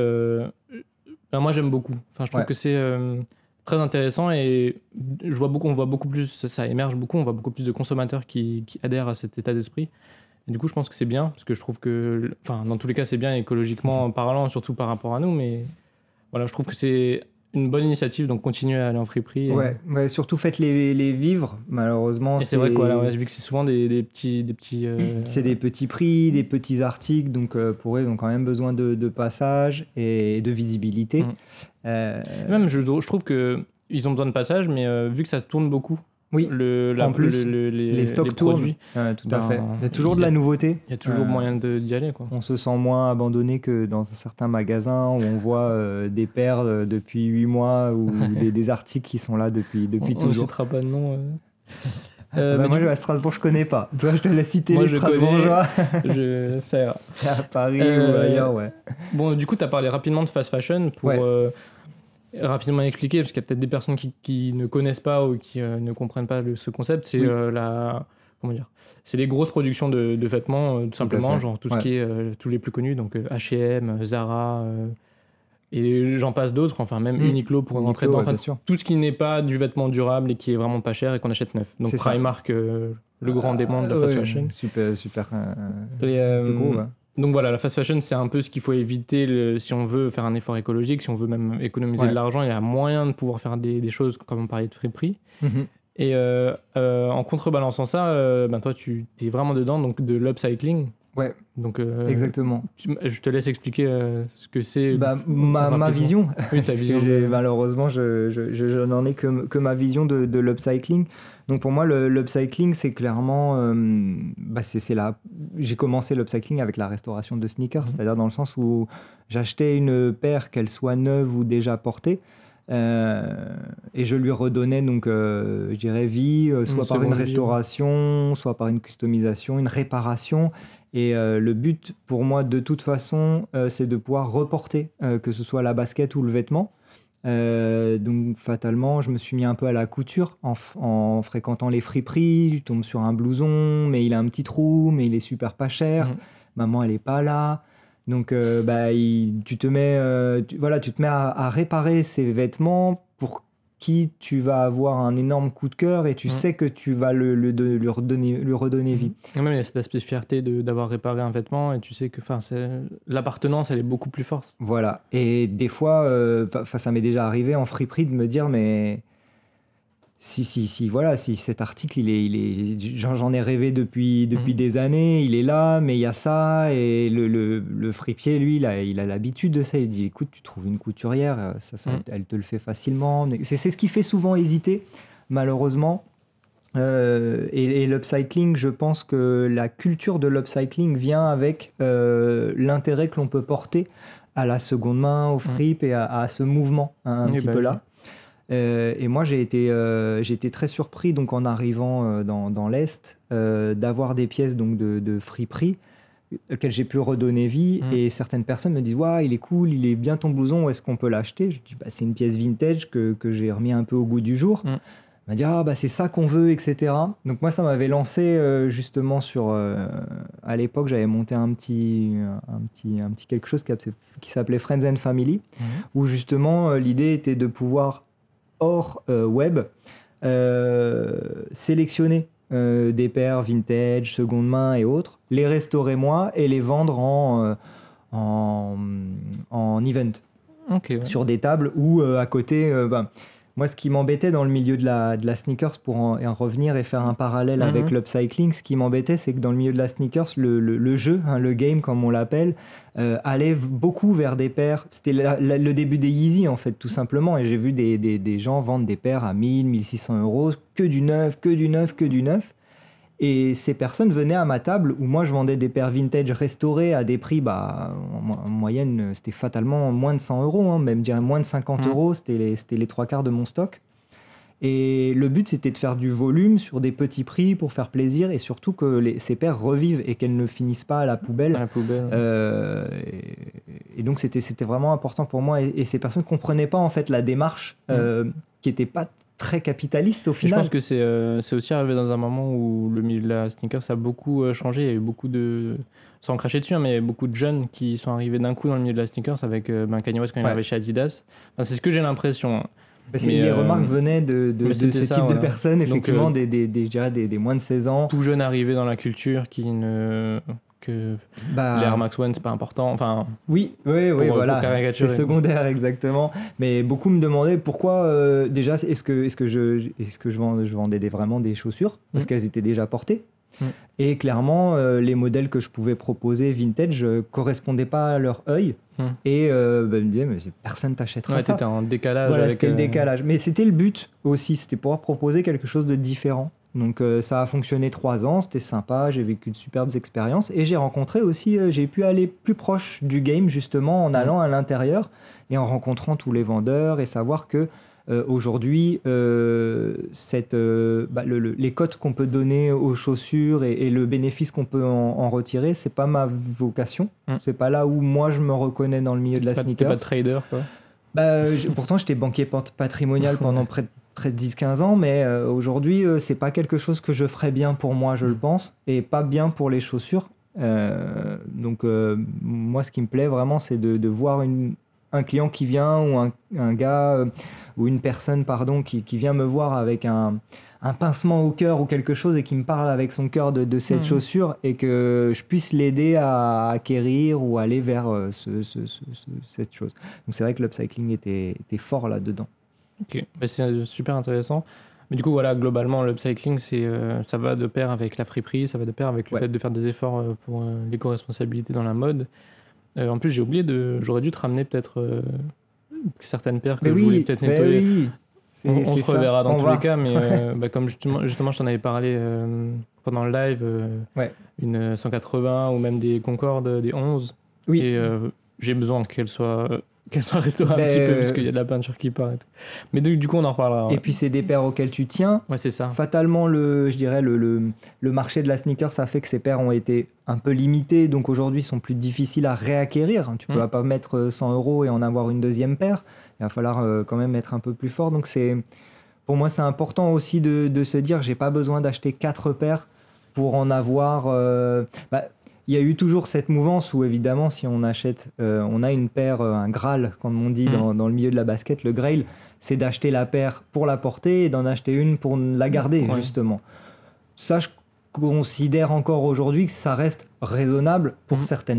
moi j'aime beaucoup. Enfin, je trouve que c'est très intéressant, et on voit beaucoup plus, ça émerge beaucoup, on voit beaucoup plus de consommateurs qui adhèrent à cet état d'esprit. Et du coup, je pense que c'est bien, parce que je trouve que, dans tous les cas, c'est bien écologiquement parlant, surtout par rapport à nous, mais voilà, je trouve que c'est une bonne initiative, donc continuez à aller en friperie. Ouais, surtout faites-les vivre, malheureusement. Et c'est vrai que vu que c'est souvent des petits c'est des petits prix, des petits articles, donc pour eux, ils ont quand même besoin de passage et de visibilité. Même, je trouve qu'ils ont besoin de passage, mais vu que ça tourne beaucoup, oui, en plus, les stocks tournent. Tout à fait. Il y a toujours de la nouveauté. Il y a toujours moyen d'y aller, quoi. On se sent moins abandonné que dans certains magasins où on voit des paires depuis 8 mois ou des articles qui sont là depuis toujours. On ne citera pas de nom. Moi, à Strasbourg, je connais pas. Toi, je te l'ai cité, les Strasbourgeois. Ça ira. À Paris ou ailleurs, ouais. Bon, du coup, tu as parlé rapidement de fast fashion pour... rapidement expliquer, parce qu'il y a peut-être des personnes qui ne connaissent pas ou qui ne comprennent pas ce concept. C'est c'est les grosses productions de vêtements, tout simplement, genre tout ce qui est tous les plus connus, donc H&M, Zara, et j'en passe d'autres, enfin même Uniqlo pour rentrer dedans, tout ce qui n'est pas du vêtement durable et qui est vraiment pas cher et qu'on achète neuf. Donc Primark, le grand démon de la fast fashion. Super gros, Donc voilà, la fast fashion, c'est un peu ce qu'il faut éviter si on veut faire un effort écologique, si on veut même économiser de l'argent. Il y a moyen de pouvoir faire des choses comme on parlait de friperie. Et en contrebalançant ça, toi, tu es vraiment dedans, donc de l'upcycling. Ouais, donc, exactement. Je te laisse expliquer ce que c'est. Ma vision. Oui, ta vision. Malheureusement, je n'en ai que ma vision de l'upcycling. Donc pour moi, l'upcycling, c'est clairement... j'ai commencé l'upcycling avec la restauration de sneakers, c'est-à-dire dans le sens où j'achetais une paire, qu'elle soit neuve ou déjà portée, et je lui redonnais donc, je dirais, vie, soit par une restauration, soit par une customisation, une réparation. Et le but pour moi, de toute façon, c'est de pouvoir reporter, que ce soit la basket ou le vêtement. Donc fatalement, je me suis mis un peu à la couture en fréquentant les friperies. Je tombe sur un blouson, mais il a un petit trou, mais il est super pas cher. Maman, elle est pas là. Donc tu te mets à réparer ces vêtements pour qui tu vas avoir un énorme coup de cœur, et tu sais que tu vas lui redonner vie. Et même il y a cet aspect de fierté d'avoir réparé un vêtement, et tu sais que l'appartenance, elle est beaucoup plus forte. Voilà. Et des fois, ça m'est déjà arrivé en friperie de me dire, mais Voilà, si cet article, j'en ai rêvé depuis des années, il est là, mais il y a ça, et le fripier, lui, il a l'habitude de ça. Il dit, écoute, tu trouves une couturière, elle te le fait facilement. C'est ce qui fait souvent hésiter, malheureusement. Et l'upcycling, je pense que la culture de l'upcycling vient avec l'intérêt que l'on peut porter à la seconde main, au fripe et à ce mouvement un petit peu là. Et moi, j'ai été très surpris donc, en arrivant dans l'Est d'avoir des pièces donc, de friperie auxquelles j'ai pu redonner vie. Et certaines personnes me disent « Waouh, il est cool, il est bien ton blouson, où est-ce qu'on peut l'acheter ?» Je dis « C'est une pièce vintage que j'ai remis un peu au goût du jour. » On m'a dit « Ah, c'est ça qu'on veut, etc. » Donc moi, ça m'avait lancé justement sur... à l'époque, j'avais monté un petit quelque chose qui s'appelait Friends and Family, où justement, l'idée était de pouvoir hors web, sélectionner des paires vintage, seconde main et autres, les restaurer moi et les vendre en event. Sur des tables où à côté, moi ce qui m'embêtait dans le milieu de la sneakers, pour en revenir et faire un parallèle avec l'upcycling, ce qui m'embêtait, c'est que dans le milieu de la sneakers, le jeu, le game comme on l'appelle, allait beaucoup vers des paires. C'était le début des Yeezy en fait, tout simplement, et j'ai vu des gens vendre des paires à 1000, 1600 euros, que du neuf. Et ces personnes venaient à ma table où moi je vendais des paires vintage restaurées à des prix, en moyenne, c'était fatalement moins de 100 euros, même dire moins de 50 euros, c'était les trois quarts de mon stock. Et le but, c'était de faire du volume sur des petits prix pour faire plaisir et surtout que ces paires revivent et qu'elles ne finissent pas à la poubelle. Et donc, c'était vraiment important pour moi. Et ces personnes ne comprenaient pas en fait la démarche qui n'était pas très capitaliste au final. Je pense que c'est aussi arrivé dans un moment où le milieu de la sneaker ça a beaucoup changé. Il y a eu beaucoup de, sans cracher dessus, mais il y a beaucoup de jeunes qui sont arrivés d'un coup dans le milieu de la sneakers avec Kanye West quand il est arrivé chez Adidas. Enfin, c'est ce que j'ai l'impression. Les remarques venaient de ce type de personnes, effectivement, donc, des moins de 16 ans. Tout jeune arrivé dans la culture que l'Air Max One c'est pas important, enfin oui voilà, c'est secondaire exactement, mais beaucoup me demandaient pourquoi déjà est-ce que je vendais vraiment des chaussures parce qu'elles étaient déjà portées et clairement les modèles que je pouvais proposer vintage correspondaient pas à leur œil et ils me disaient mais personne t'achètera ça. C'était en décalage, voilà, c'était le décalage, mais c'était le but aussi, c'était pouvoir proposer quelque chose de différent. Donc ça a fonctionné 3 ans, c'était sympa, j'ai vécu de superbes expériences et j'ai rencontré aussi, j'ai pu aller plus proche du game justement en allant à l'intérieur et en rencontrant tous les vendeurs et savoir que aujourd'hui les cotes qu'on peut donner aux chaussures et le bénéfice qu'on peut en retirer, c'est pas ma vocation, c'est pas là où moi je me reconnais dans le milieu de la sneaker. T'es pas trader quoi. Pourtant j'étais banquier patrimonial pendant près de 10-15 ans, mais aujourd'hui, c'est pas quelque chose que je ferais bien pour moi, je le pense, et pas bien pour les chaussures. Donc, moi, ce qui me plaît vraiment, c'est de voir un client qui vient, ou un gars, ou une personne, pardon, qui vient me voir avec un pincement au cœur ou quelque chose et qui me parle avec son cœur de cette chaussure et que je puisse l'aider à acquérir ou aller vers cette chose. Donc, c'est vrai que l'upcycling était fort là-dedans. Ok, c'est super intéressant. Mais du coup, voilà, globalement, l'upcycling, ça va de pair avec la friperie, ça va de pair avec le fait de faire des efforts pour l'éco-responsabilité dans la mode. En plus, j'aurais dû te ramener peut-être certaines paires que je voulais peut-être nettoyer. On se reverra dans tous les cas, mais comme justement, je t'en avais parlé pendant le live, une 180 ou même des Concorde, des 11. Oui. Et j'ai besoin qu'elles soient restaurées un petit peu parce qu'il y a de la peinture qui part et tout. Mais du coup on en reparlera. Et puis c'est des paires auxquelles tu tiens. Ouais, c'est ça. Fatalement je dirais le marché de la sneaker, ça fait que ces paires ont été un peu limitées, donc aujourd'hui sont plus difficiles à réacquérir. Tu peux pas mettre 100 € et en avoir une deuxième paire. Il va falloir quand même être un peu plus fort. Donc pour moi c'est important aussi de se dire j'ai pas besoin d'acheter 4 paires pour en avoir. Il y a eu toujours cette mouvance où, évidemment, si on achète, on a une paire, un Graal, comme on dit dans le milieu de la basket, le Grail, c'est d'acheter la paire pour la porter et d'en acheter une pour la garder, justement. Ça, je considère encore aujourd'hui que ça reste raisonnable pour certaines paires.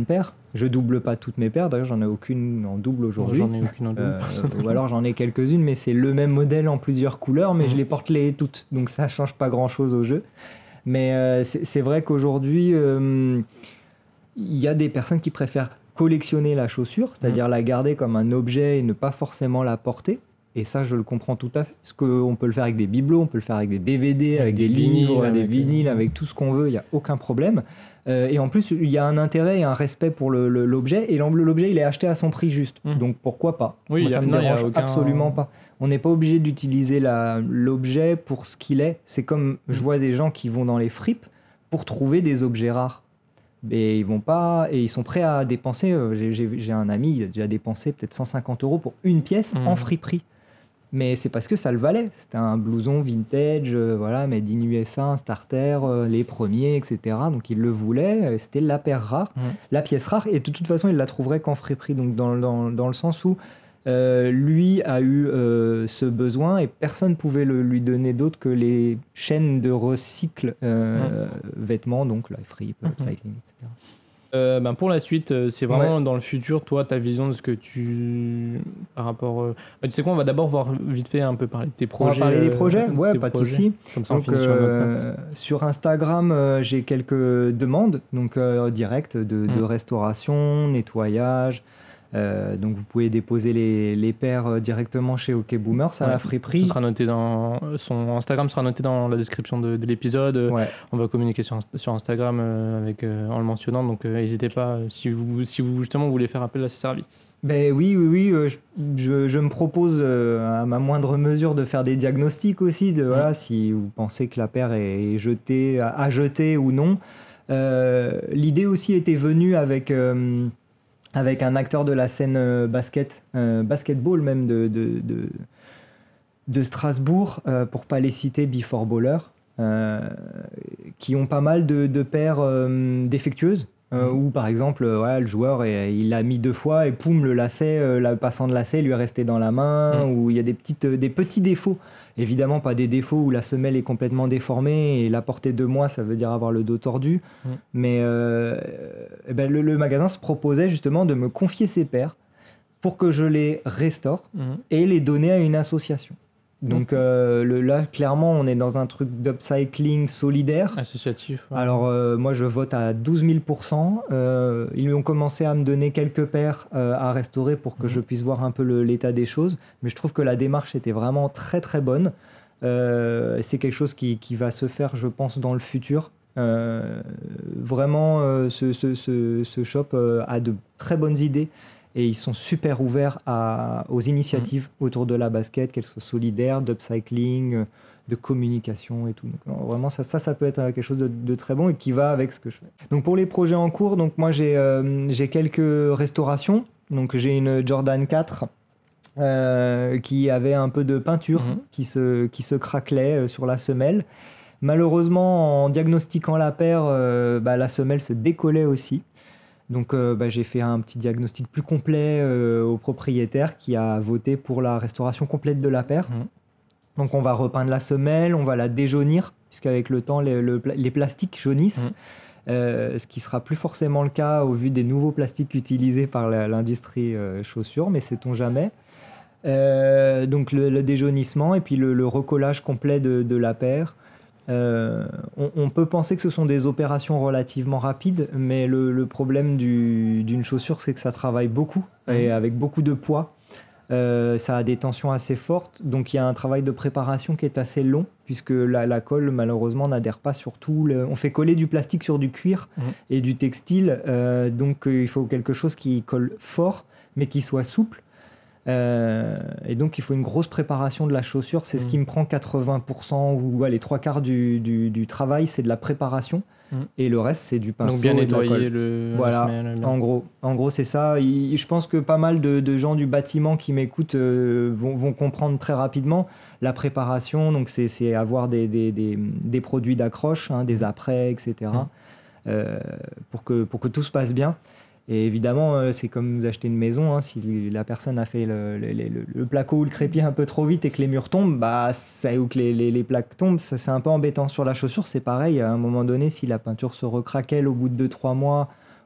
Je double pas toutes mes paires, d'ailleurs j'en ai aucune en double aujourd'hui. J'en ai aucune en double. Ou alors j'en ai quelques-unes, mais c'est le même modèle en plusieurs couleurs, mais je les porte toutes, donc ça change pas grand-chose au jeu. Mais c'est vrai qu'aujourd'hui, il y a des personnes qui préfèrent collectionner la chaussure, c'est-à-dire la garder comme un objet et ne pas forcément la porter. Et ça, je le comprends tout à fait, parce qu'on peut le faire avec des bibelots, on peut le faire avec des DVD, avec des livres, des vinyles, avec tout ce qu'on veut, il n'y a aucun problème. Et en plus, il y a un intérêt et un respect pour l'objet, et l'objet, il est acheté à son prix juste. Donc pourquoi pas ? Oui, moi, ça ne me dérange absolument pas. On n'est pas obligé d'utiliser l'objet pour ce qu'il est. C'est comme, je vois des gens qui vont dans les fripes pour trouver des objets rares. Et ils vont pas, et ils sont prêts à dépenser. J'ai un ami, il a déjà dépensé peut-être 150 € pour une pièce en friperie. Mais c'est parce que ça le valait. C'était un blouson vintage, voilà, made in USA, un starter, les premiers, etc. Donc il le voulait, c'était la paire rare, la pièce rare, et de toute façon il la trouverait qu'en friperie. Donc dans le sens où lui a eu ce besoin et personne ne pouvait lui donner d'autre que les chaînes de recycle vêtements, donc la fripe, upcycling, etc. Pour la suite, c'est vraiment dans le futur, toi, ta vision de ce que tu... Par rapport... tu sais quoi, on va d'abord voir vite fait un peu parler de tes projets. On va parler des projets, pas de souci. Comme ça, on finit sur notre note. Sur Instagram, j'ai quelques demandes, donc directes de restauration, nettoyage. Donc vous pouvez déposer les paires directement chez OK Boomers à la friperie. Ce sera noté son Instagram sera noté dans la description de l'épisode. On va communiquer sur Instagram en le mentionnant, donc n'hésitez pas si vous justement voulez faire appel à ces services. Ben oui, je me propose à ma moindre mesure de faire des diagnostics aussi, voilà, si vous pensez que la paire est à jeter ou non. L'idée aussi était venue avec un acteur de la scène basketball même de Strasbourg, pour pas les citer, Before Baller, qui ont pas mal de paires défectueuses, où par exemple le joueur il l'a mis 2 fois et poum, le lacet, le passant de lacet lui est resté dans la main, où il y a des petits défauts. Évidemment, pas des défauts où la semelle est complètement déformée et la porter 2 mois, ça veut dire avoir le dos tordu. Mais le magasin se proposait justement de me confier ces paires pour que je les restaure et les donner à une association. Donc là, clairement, on est dans un truc d'upcycling solidaire. Associatif. Ouais. Alors, moi, je vote à 12 000%. Ils ont commencé à me donner quelques paires à restaurer pour que je puisse voir un peu l'état des choses. Mais je trouve que la démarche était vraiment très, très bonne. C'est quelque chose qui va se faire, je pense, dans le futur. Vraiment, ce shop a de très bonnes idées. Et ils sont super ouverts aux initiatives autour de la basket, qu'elles soient solidaires, d'upcycling, de communication et tout. Donc, vraiment, ça peut être quelque chose de très bon et qui va avec ce que je fais. Donc pour les projets en cours, donc moi j'ai quelques restaurations. Donc j'ai une Jordan 4 qui avait un peu de peinture qui se craquelait sur la semelle. Malheureusement, en diagnostiquant la paire, la semelle se décollait aussi. Donc j'ai fait un petit diagnostic plus complet au propriétaire qui a voté pour la restauration complète de la paire. Donc on va repeindre la semelle, on va la déjaunir, puisqu'avec le temps les plastiques jaunissent, ce qui sera plus forcément le cas au vu des nouveaux plastiques utilisés par l'industrie chaussures, mais sait-on jamais. Donc le déjaunissement et puis le recollage complet de la paire. On peut penser que ce sont des opérations relativement rapides, mais le problème d'une chaussure, c'est que ça travaille beaucoup et avec beaucoup de poids. Ça a des tensions assez fortes, donc il y a un travail de préparation qui est assez long, puisque la colle, malheureusement, n'adhère pas sur tout. On fait coller du plastique sur du cuir et du textile, donc il faut quelque chose qui colle fort, mais qui soit souple. Et donc il faut une grosse préparation de la chaussure. C'est ce qui me prend 80% ou les 3/4 du travail, c'est de la préparation, et le reste c'est du pinceau. Donc bien nettoyer voilà, la semelle, en gros c'est ça. Je pense que pas mal de gens du bâtiment qui m'écoutent vont comprendre très rapidement la préparation. Donc c'est avoir des produits d'accroche, des apprêts, etc. Pour que tout se passe bien. Et évidemment, c'est comme vous achetez une maison, si la personne a fait le placo ou le crépier un peu trop vite et que les murs tombent, ou que les plaques tombent, ça, c'est un peu embêtant. Sur la chaussure, c'est pareil. À un moment donné, si la peinture se recraquelle au bout de 2-3 mois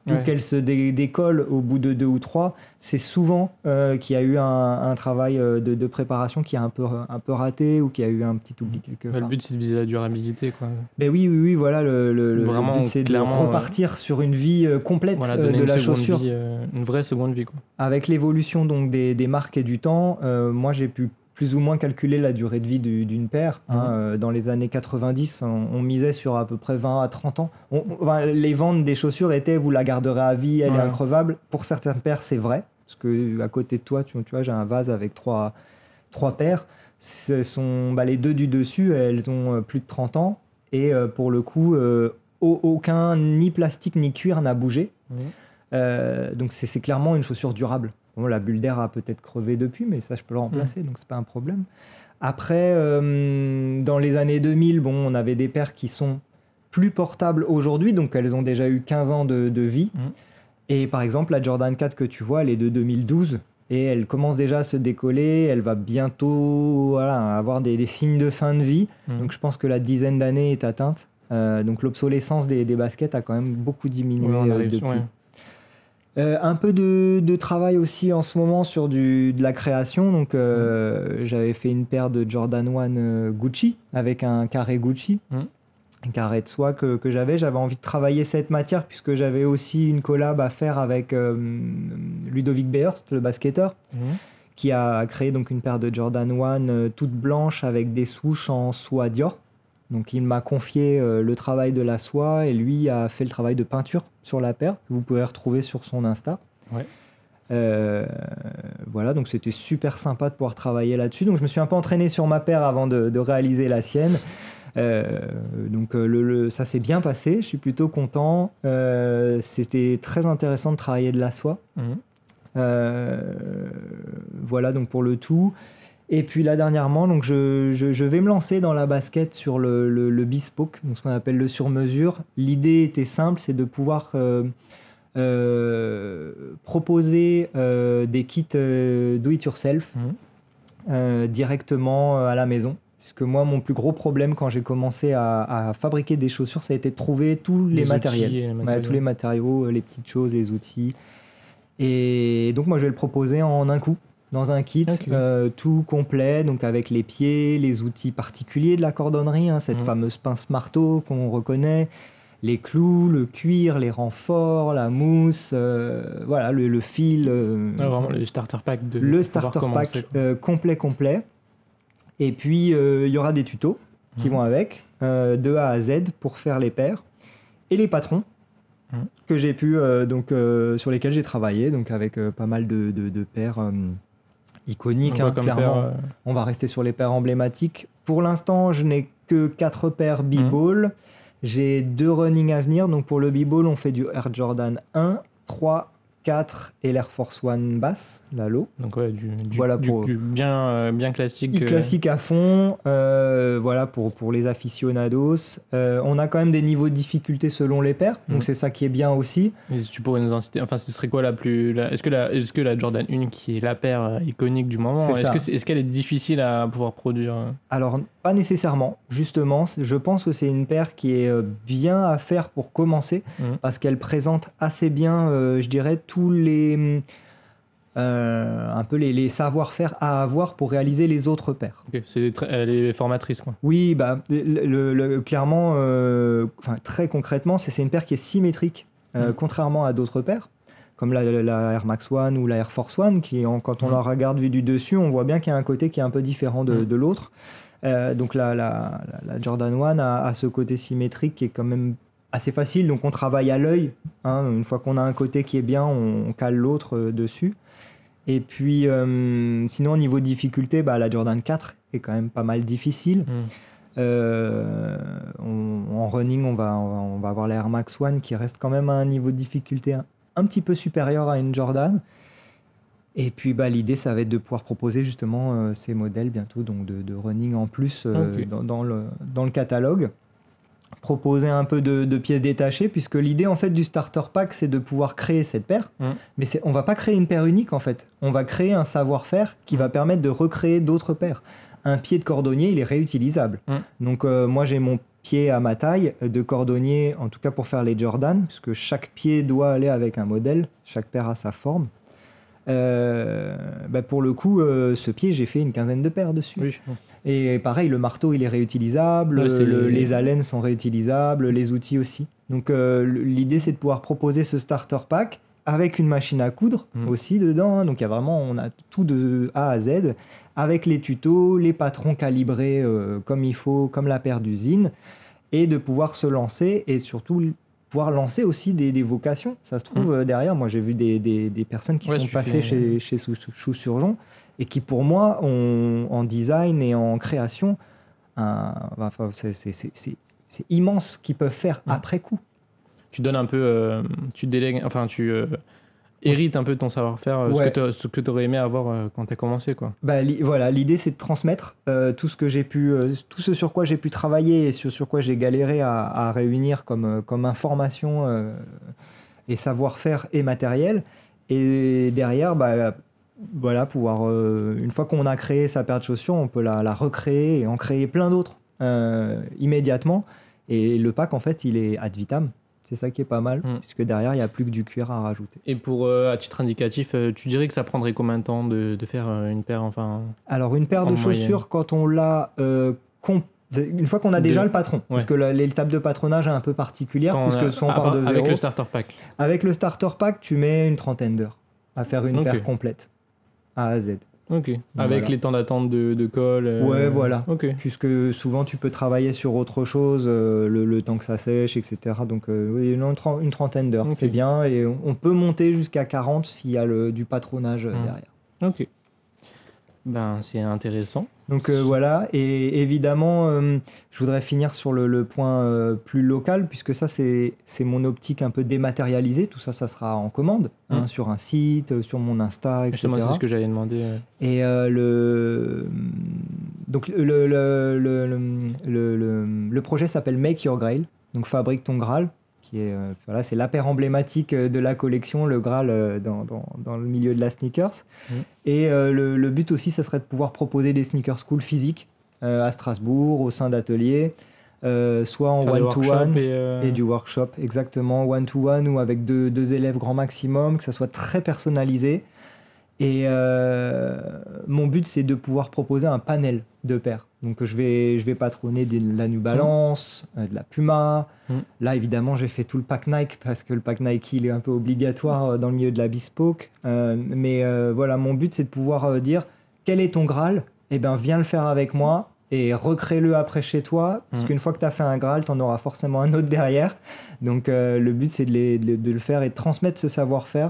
ou qu'elle se décolle au bout de 2 ou 3, c'est souvent qu'il y a eu un travail de préparation qui a un peu raté ou qu'il y a eu un petit oubli quelque part. Le but, c'est de viser la durabilité, quoi. Ben oui, voilà, le but, c'est de repartir sur une vie complète de la chaussure. Une vraie seconde vie, quoi. Avec l'évolution donc, des marques et du temps, moi, j'ai pu plus ou moins calculer la durée de vie d'une paire. Dans les années 90, on misait sur à peu près 20 à 30 ans. Les ventes des chaussures étaient, vous la garderez à vie, elle est increvable. Pour certaines paires, c'est vrai. Parce qu'à côté de toi, tu vois, j'ai un vase avec trois paires. Ce sont les 2 du dessus, elles ont plus de 30 ans. Et pour le coup, aucun, ni plastique ni cuir n'a bougé. Donc c'est clairement une chaussure durable. Bon, la bulle d'air a peut-être crevé depuis, mais ça, je peux le remplacer, donc c'est pas un problème. Après, dans les années 2000, on avait des paires qui sont plus portables aujourd'hui, donc elles ont déjà eu 15 ans de vie. Et par exemple, la Jordan 4 que tu vois, elle est de 2012, et elle commence déjà à se décoller, elle va bientôt avoir des signes de fin de vie, donc je pense que la dizaine d'années est atteinte. Donc l'obsolescence des baskets a quand même beaucoup diminué depuis. Un peu de travail aussi en ce moment sur de la création. Donc, j'avais fait une paire de Jordan 1 Gucci avec un carré Gucci, un carré de soie que j'avais. J'avais envie de travailler cette matière puisque j'avais aussi une collab à faire avec Ludovic Beerst, le basketteur, qui a créé donc une paire de Jordan 1 toute blanche avec des souches en soie Dior. Donc il m'a confié le travail de la soie et lui a fait le travail de peinture sur la paire que vous pouvez retrouver sur son Insta. Voilà, donc c'était super sympa de pouvoir travailler là-dessus. Donc je me suis un peu entraîné sur ma paire avant de réaliser la sienne. Donc ça s'est bien passé, je suis plutôt content. C'était très intéressant de travailler de la soie. Voilà donc pour le tout. Et puis là dernièrement, donc je vais me lancer dans la basket sur le bespoke, donc ce qu'on appelle le sur-mesure. L'idée était simple, c'est de pouvoir proposer des kits do-it-yourself directement à la maison. Puisque moi, mon plus gros problème quand j'ai commencé à fabriquer des chaussures, ça a été de trouver tous les matériels. Tous les matériaux, les petites choses, les outils. Et donc moi, je vais le proposer en un coup. Dans un kit tout complet, donc avec les pieds, les outils particuliers de la cordonnerie, cette fameuse pince marteau qu'on reconnaît, les clous, le cuir, les renforts, la mousse, voilà, le fil. Vraiment le starter pack. Le starter pack complet. Et puis, il y aura des tutos qui vont avec, de A à Z pour faire les paires. Et les patrons que j'ai pu, sur lesquels j'ai travaillé, donc avec pas mal de paires iconiques, clairement. On va rester sur les paires emblématiques. Pour l'instant, je n'ai que 4 paires B-Ball. J'ai 2 running à venir. Donc pour le B-Ball, on fait du Air Jordan 1, 3, 4 et l'Air Force One basse, la low. Donc du bien classique. Classique à fond, voilà pour les aficionados. On a quand même des niveaux de difficulté selon les paires, donc c'est ça qui est bien aussi. Et si tu pourrais nous en citer, enfin ce serait quoi est-ce que la Jordan 1 qui est la paire iconique du moment, est-ce qu'elle est difficile à pouvoir produire? Alors pas nécessairement, justement, je pense que c'est une paire qui est bien à faire pour commencer, parce qu'elle présente assez bien, je dirais, tous les un peu les savoir-faire à avoir pour réaliser les autres paires. Elle est formatrice, quoi. Oui, clairement, très concrètement, c'est une paire qui est symétrique, contrairement à d'autres paires, comme la Air Max One ou la Air Force One, quand on la regarde vue du dessus, on voit bien qu'il y a un côté qui est un peu différent de l'autre. Donc la Jordan 1 a ce côté symétrique qui est quand même assez facile, donc on travaille à l'œil. Une fois qu'on a un côté qui est bien, on cale l'autre dessus. Et puis, sinon, au niveau difficulté, la Jordan 4 est quand même pas mal difficile. En running, on va avoir la Air Max One qui reste quand même à un niveau de difficulté un petit peu supérieur à une Jordan. Et puis l'idée, ça va être de pouvoir proposer justement ces modèles bientôt, donc de running en plus dans le catalogue. Proposer un peu de pièces détachées, puisque l'idée en fait du starter pack, c'est de pouvoir créer cette paire, mais on va pas créer une paire unique en fait. On va créer un savoir-faire qui va permettre de recréer d'autres paires. Un pied de cordonnier, il est réutilisable. Donc moi j'ai mon pied à ma taille de cordonnier, en tout cas pour faire les Jordan, parce que chaque pied doit aller avec un modèle, chaque paire a sa forme. Pour le coup, ce pied, j'ai fait une 15aine de paires dessus. Oui. Et pareil, le marteau, il est réutilisable, les alènes sont réutilisables, les outils aussi. Donc l'idée, c'est de pouvoir proposer ce starter pack avec une machine à coudre aussi dedans. Donc on a tout de A à Z, avec les tutos, les patrons calibrés comme il faut, comme la paire d'usine, et de pouvoir se lancer et surtout pouvoir lancer aussi des vocations. Ça se trouve derrière. Moi, j'ai vu des personnes qui sont passées chez Chaussures-Jon et qui, pour moi, ont en design et en création, c'est immense ce qu'ils peuvent faire après coup. Tu donnes un peu, tu délègues, enfin tu hérites un peu de ton savoir-faire, ce que tu aurais aimé avoir quand tu as commencé, quoi. Voilà, l'idée c'est de transmettre tout ce que j'ai pu, tout ce sur quoi j'ai pu travailler et sur quoi j'ai galéré à réunir comme information et savoir-faire et matériel. Et derrière, pouvoir, une fois qu'on a créé sa paire de chaussures, on peut la recréer et en créer plein d'autres immédiatement. Et le pack, en fait, il est ad vitam. C'est ça qui est pas mal, puisque derrière, il n'y a plus que du cuir à rajouter. Et pour, à titre indicatif, tu dirais que ça prendrait combien de temps de faire une paire, enfin... Alors, une paire de chaussures, quand on l'a... une fois qu'on a déjà le patron, parce que l'étape de patronage est un peu particulière, puisque soit on part de zéro. Avec le starter pack. Avec le starter pack, tu mets une 30aine d'heures à faire une paire complète, A à Z. Ok. Avec les temps d'attente de colle. Ouais, voilà. Ok. Puisque souvent tu peux travailler sur autre chose, le temps que ça sèche, etc. Donc une 30aine d'heures, c'est bien. Et on peut monter jusqu'à 40 s'il y a du patronage derrière. Ok. C'est intéressant. Donc voilà, et évidemment, je voudrais finir sur le point plus local, puisque ça, c'est mon optique un peu dématérialisée. Tout ça, ça sera en commande, sur un site, sur mon Insta, etc. Justement, c'est ce que j'avais demandé. Et donc le projet s'appelle Make Your Grail, donc fabrique ton Graal, qui est c'est la paire emblématique de la collection, le Graal dans le milieu de la sneakers. Et le but aussi, ça serait de pouvoir proposer des sneaker schools physiques à Strasbourg, au sein d'ateliers, soit en one-to-one et du workshop, exactement, one-to-one ou avec deux élèves grand maximum, que ça soit très personnalisé. Et mon but, c'est de pouvoir proposer un panel de paires. Donc je vais patronner de la New Balance, de la Puma. Là, évidemment, j'ai fait tout le pack Nike parce que le pack Nike, il est un peu obligatoire dans le milieu de la bespoke. Mais voilà, mon but, c'est de pouvoir dire quel est ton Graal ? Eh bien, viens le faire avec moi et recrée-le après chez toi. Parce qu'une fois que tu as fait un Graal, tu en auras forcément un autre derrière. Donc le but, c'est de le faire et de transmettre ce savoir-faire.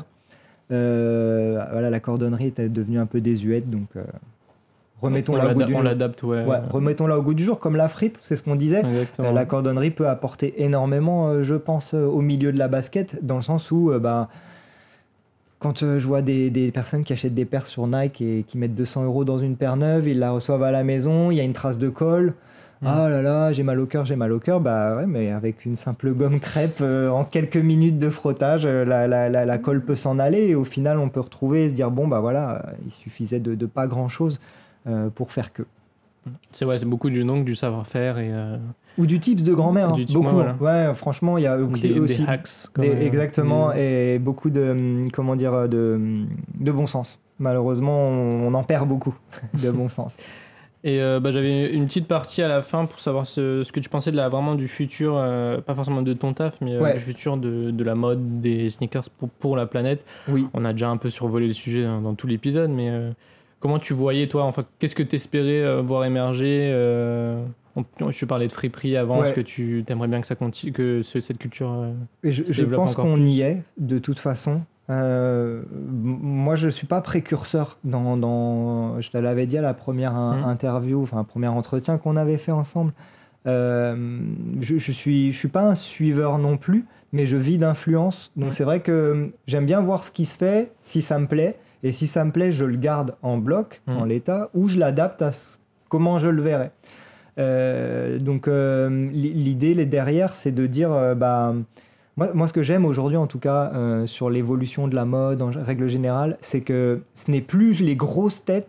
La cordonnerie est devenue un peu désuète, donc remettons-la au goût du jour. On l'adapte, remettons-la au goût du jour, comme la fripe, c'est ce qu'on disait. La cordonnerie peut apporter énormément, je pense, au milieu de la basket, dans le sens où quand je vois des personnes qui achètent des paires sur Nike et qui mettent 200 € dans une paire neuve, ils la reçoivent à la maison, il y a une trace de colle. Ah là là, j'ai mal au cœur. Mais avec une simple gomme crêpe, en quelques minutes de frottage, la colle peut s'en aller et au final, on peut retrouver et se dire il suffisait de pas grand chose pour faire que. C'est beaucoup du savoir-faire et. Ou du tips de grand-mère, beaucoup. Voilà. Ouais, franchement, il y a aussi des hacks. Exactement, et beaucoup de bon sens. Malheureusement, on en perd beaucoup de bon sens. Et j'avais une petite partie à la fin pour savoir ce que tu pensais vraiment du futur, pas forcément de ton taf, mais du futur de la mode, des sneakers pour la planète. Oui. On a déjà un peu survolé le sujet dans tout l'épisode, mais comment tu voyais, toi, enfin, qu'est-ce que tu espérais voir émerger je te parlais de friperie avant, est-ce que tu aimerais bien que ça continue, que cette culture je pense qu'on y est, de toute façon. Moi, je suis pas précurseur je te l'avais dit à la première interview, enfin premier entretien qu'on avait fait ensemble. Je suis pas un suiveur non plus, mais je vis d'influence. Donc c'est vrai que j'aime bien voir ce qui se fait, si ça me plaît, et si ça me plaît, je le garde en bloc, en l'état, ou je l'adapte à comment je le verrai. Donc l'idée derrière, c'est de dire moi, ce que j'aime aujourd'hui, en tout cas, sur l'évolution de la mode en règle générale, c'est que ce n'est plus les grosses têtes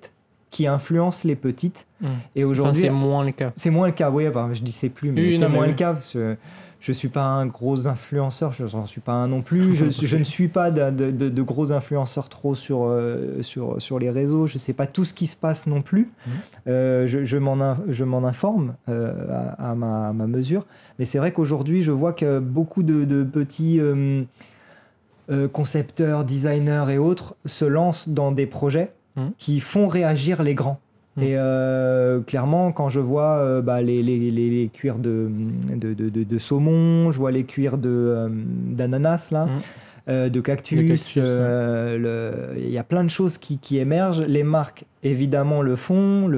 qui influencent les petites. Et Enfin, aujourd'hui, c'est moins le cas. c'est moins le cas. Oui, enfin, je dis c'est plus, mais Oui, c'est non, mais moins oui. le cas. Parce que je suis pas un gros influenceur, je n'en suis pas un non plus. Je ne suis pas de gros influenceurs trop sur les réseaux. Je sais pas tout ce qui se passe non plus. Je m'en informe à ma mesure. Mais c'est vrai qu'aujourd'hui, je vois que beaucoup de petits concepteurs, designers et autres se lancent dans des projets qui font réagir les grands. Et clairement, quand je vois les cuirs de saumon, je vois les cuirs d'ananas là, de cactus, il y a plein de choses qui émergent. Les marques évidemment le font,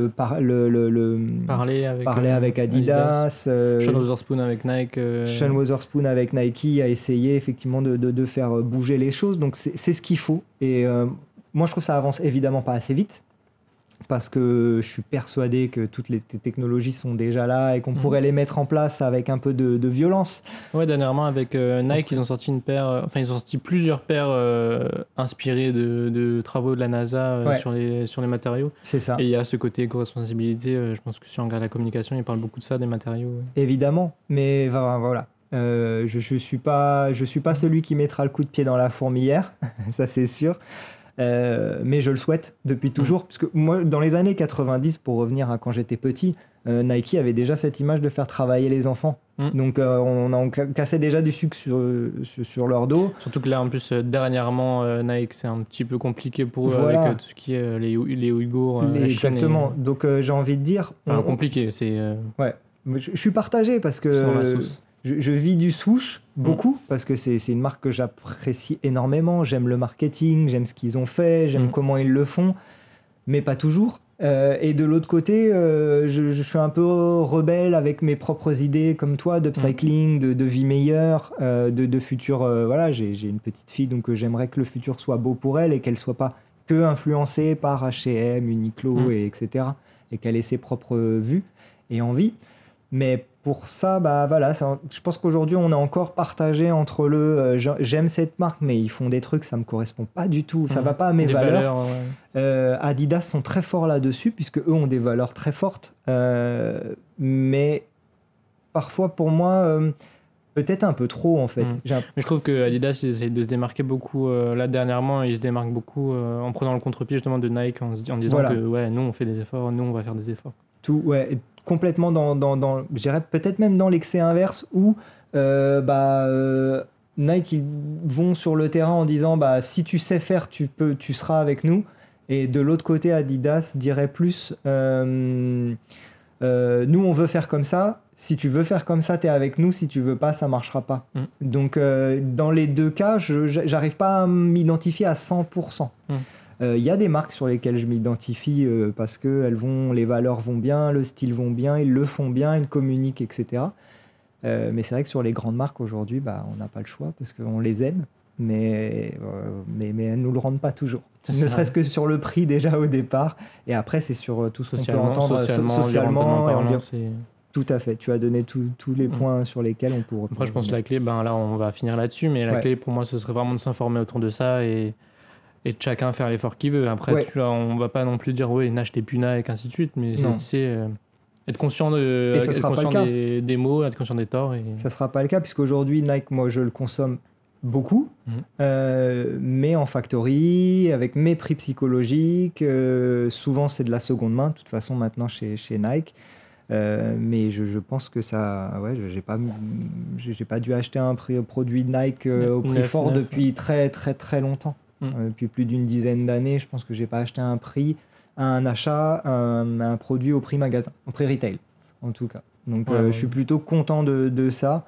Parler avec Adidas, Sean Wotherspoon avec Nike. Sean Wotherspoon avec Nike a essayé effectivement de faire bouger les choses. Donc c'est ce qu'il faut. Et moi je trouve que ça avance évidemment pas assez vite, parce que je suis persuadé que toutes les technologies sont déjà là et qu'on pourrait les mettre en place avec un peu de violence. Ouais, dernièrement avec Nike, ils ont sorti ils ont sorti plusieurs paires inspirées de travaux de la NASA sur les matériaux. C'est ça. Et il y a ce côté éco-responsabilité, je pense que si on regarde la communication, ils parlent beaucoup de ça, des matériaux. Évidemment, mais voilà. Je suis pas celui qui mettra le coup de pied dans la fourmilière, ça c'est sûr. Mais je le souhaite depuis toujours, parce que moi, dans les années 90, pour revenir à quand j'étais petit, Nike avait déjà cette image de faire travailler les enfants. Donc on cassait déjà du sucre sur leur dos. Surtout que là, en plus, dernièrement, Nike, c'est un petit peu compliqué pour eux avec tout ce qui est les Ouïghours. Exactement. Donc j'ai envie de dire... compliqué, c'est... Ouais. Je suis partagé parce que... Je vis du swoosh beaucoup, parce que c'est une marque que j'apprécie énormément. J'aime le marketing, j'aime ce qu'ils ont fait, j'aime comment ils le font, mais pas toujours. Et de l'autre côté, je suis un peu rebelle avec mes propres idées comme toi, d'upcycling, de vie meilleure, de futur. Voilà, j'ai une petite fille, donc j'aimerais que le futur soit beau pour elle et qu'elle soit pas que influencée par H&M, Uniqlo, etc. Et qu'elle ait ses propres vues et envies. Mais pour ça, je pense qu'aujourd'hui, on est encore partagé entre j'aime cette marque, mais ils font des trucs, ça me correspond pas du tout, ça va pas à mes valeurs. Adidas sont très forts là-dessus, puisque eux ont des valeurs très fortes. Mais parfois, pour moi, peut-être un peu trop, en fait. Mais je trouve que Adidas, ils essaient de se démarquer beaucoup. Là, dernièrement, ils se démarquent beaucoup en prenant le contre-pied, justement, de Nike, en disant que, nous, on fait des efforts, nous, on va faire des efforts. Complètement je dirais peut-être même dans l'excès inverse où Nike ils vont sur le terrain en disant si tu sais faire tu seras avec nous, et de l'autre côté Adidas dirait plus nous on veut faire comme ça, si tu veux faire comme ça t'es avec nous, si tu veux pas ça marchera pas. Donc dans les deux cas j'arrive pas à m'identifier à 100%. Il y a des marques sur lesquelles je m'identifie parce que les valeurs vont bien, le style vont bien, ils le font bien, ils communiquent, etc. Mais c'est vrai que sur les grandes marques aujourd'hui, on n'a pas le choix parce qu'on les aime, mais elles ne nous le rendent pas toujours. Ne serait-ce que sur le prix déjà au départ, et après c'est sur tout ce qu'on peut entendre socialement. Tout à fait, tu as donné tous les points sur lesquels on peut... Après je pense que la clé, là on va finir là-dessus, mais la clé pour moi ce serait vraiment de s'informer autour de ça et de chacun faire l'effort qu'il veut. Après, on va pas non plus dire n'achetez plus Nike et ainsi de suite, mais c'est être conscient des mots, être conscient des torts. Ça sera pas le cas, puisqu'aujourd'hui Nike, moi je le consomme beaucoup, mais en factory, avec mes prix psychologiques, souvent c'est de la seconde main, de toute façon maintenant chez Nike. Mais je pense que ça, j'ai pas dû acheter un produit Nike au prix fort depuis très très très longtemps. Depuis plus d'une dizaine d'années, je pense que j'ai pas acheté un achat, un produit au prix magasin, au prix retail en tout cas. Donc je suis plutôt content de ça.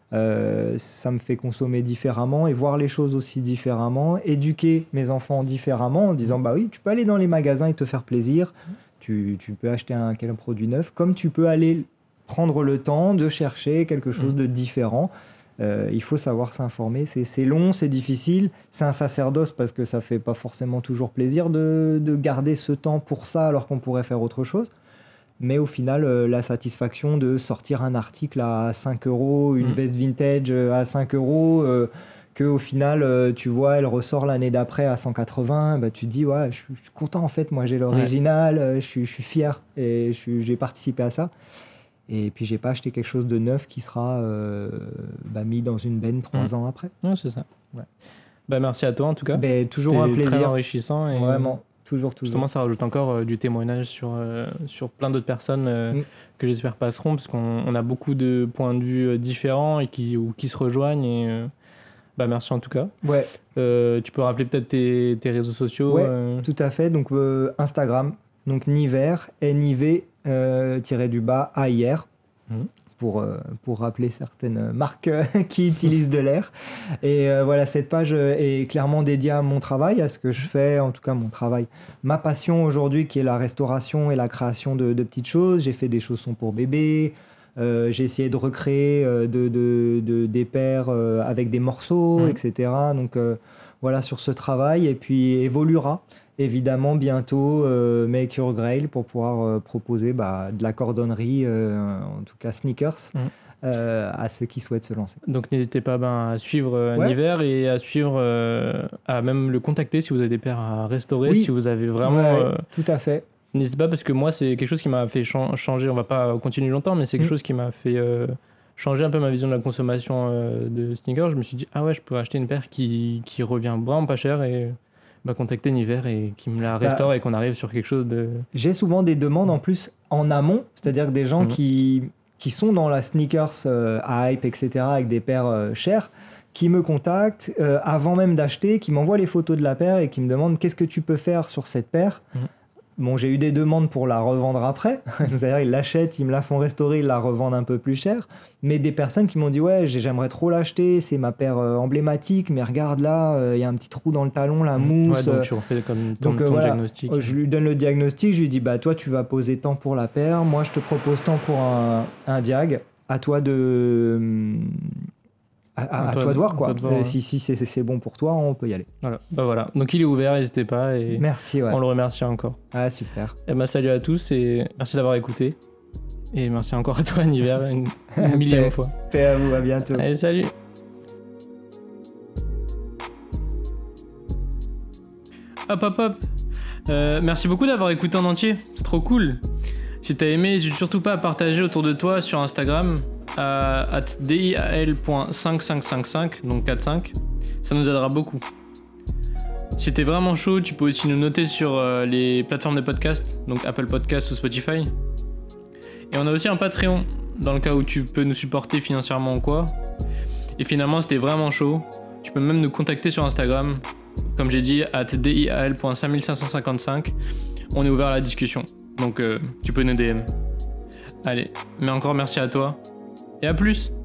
Ça me fait consommer différemment et voir les choses aussi différemment, éduquer mes enfants différemment en disant oui, tu peux aller dans les magasins et te faire plaisir. Tu peux acheter quel produit neuf, comme tu peux aller prendre le temps de chercher quelque chose de différent. Il faut savoir s'informer, c'est long, c'est difficile, c'est un sacerdoce parce que ça fait pas forcément toujours plaisir de garder ce temps pour ça alors qu'on pourrait faire autre chose, mais au final la satisfaction de sortir un article à 5 €, une veste vintage à 5 €, qu'au final, tu vois, elle ressort l'année d'après à 180, bah, tu te dis, ouais, je suis content en fait, moi j'ai l'original, je suis fier et j'ai participé à ça. Et puis j'ai pas acheté quelque chose de neuf qui sera mis dans une benne 3 ans après. Ouais, c'est ça. Ouais. Bah, merci à toi en tout cas. Toujours un plaisir. Très enrichissant. Et vraiment, toujours. Justement, ça rajoute encore du témoignage sur plein d'autres personnes que j'espère passeront, parce qu'on a beaucoup de points de vue différents et qui se rejoignent. Et merci en tout cas. Ouais. Tu peux rappeler peut-être tes réseaux sociaux. Ouais, tout à fait. Donc Instagram, donc Niver, NIV-AIR. Pour rappeler certaines marques qui utilisent de l'air. Et voilà, cette page est clairement dédiée à mon travail, à ce que je fais, en tout cas mon travail. Ma passion aujourd'hui, qui est la restauration et la création de petites choses. J'ai fait des chaussons pour bébés. J'ai essayé de recréer des paires avec des morceaux, etc. Donc voilà, sur ce travail. Et puis évoluera évidemment bientôt Make Your Grail pour pouvoir proposer de la cordonnerie, en tout cas sneakers, à ceux qui souhaitent se lancer. Donc n'hésitez pas à suivre Niver et à suivre, à même le contacter si vous avez des paires à restaurer, si vous avez vraiment... tout à fait. N'hésitez pas, parce que moi c'est quelque chose qui m'a fait changer, on va pas continuer longtemps, mais c'est quelque chose qui m'a fait changer un peu ma vision de la consommation de sneakers. Je me suis dit, ah ouais, je peux acheter une paire qui revient vraiment pas cher et... contacter Niver et qui me la restaure et qu'on arrive sur quelque chose de... J'ai souvent des demandes en plus en amont, c'est-à-dire que des gens qui sont dans la sneakers hype, etc., avec des paires chères, qui me contactent avant même d'acheter, qui m'envoient les photos de la paire et qui me demandent qu'est-ce que tu peux faire sur cette paire. Bon, j'ai eu des demandes pour la revendre après. C'est-à-dire, ils l'achètent, ils me la font restaurer, ils la revendent un peu plus cher. Mais des personnes qui m'ont dit, ouais, j'aimerais trop l'acheter, c'est ma paire emblématique, mais regarde là, il y a un petit trou dans le talon, la mousse. Ouais, donc tu refais comme ton diagnostic. Je lui donne le diagnostic, je lui dis, toi, tu vas poser tant pour la paire, moi, je te propose tant pour un diag. À toi de... À toi de voir, quoi. Si c'est bon pour toi, on peut y aller. Voilà. Donc il est ouvert, n'hésitez pas. Et merci, on le remercie encore. Ah, super. Et salut à tous et merci d'avoir écouté. Et merci encore à toi, Niver, une millième fois. Paix à vous, à bientôt. Allez, salut. Hop. Merci beaucoup d'avoir écouté en entier. C'est trop cool. Si t'as aimé, n'hésite surtout pas à partager autour de toi sur Instagram à dial.5555, donc 45. Ça nous aidera beaucoup. Si t'es vraiment chaud, tu peux aussi nous noter sur les plateformes de podcast, donc Apple Podcast ou Spotify. Et on a aussi un Patreon, dans le cas où tu peux nous supporter financièrement ou quoi. Et finalement, si t'es vraiment chaud, tu peux même nous contacter sur Instagram, comme j'ai dit, à dial.5555. On est ouvert à la discussion, donc tu peux nous DM. Allez, mais encore merci à toi, et à plus.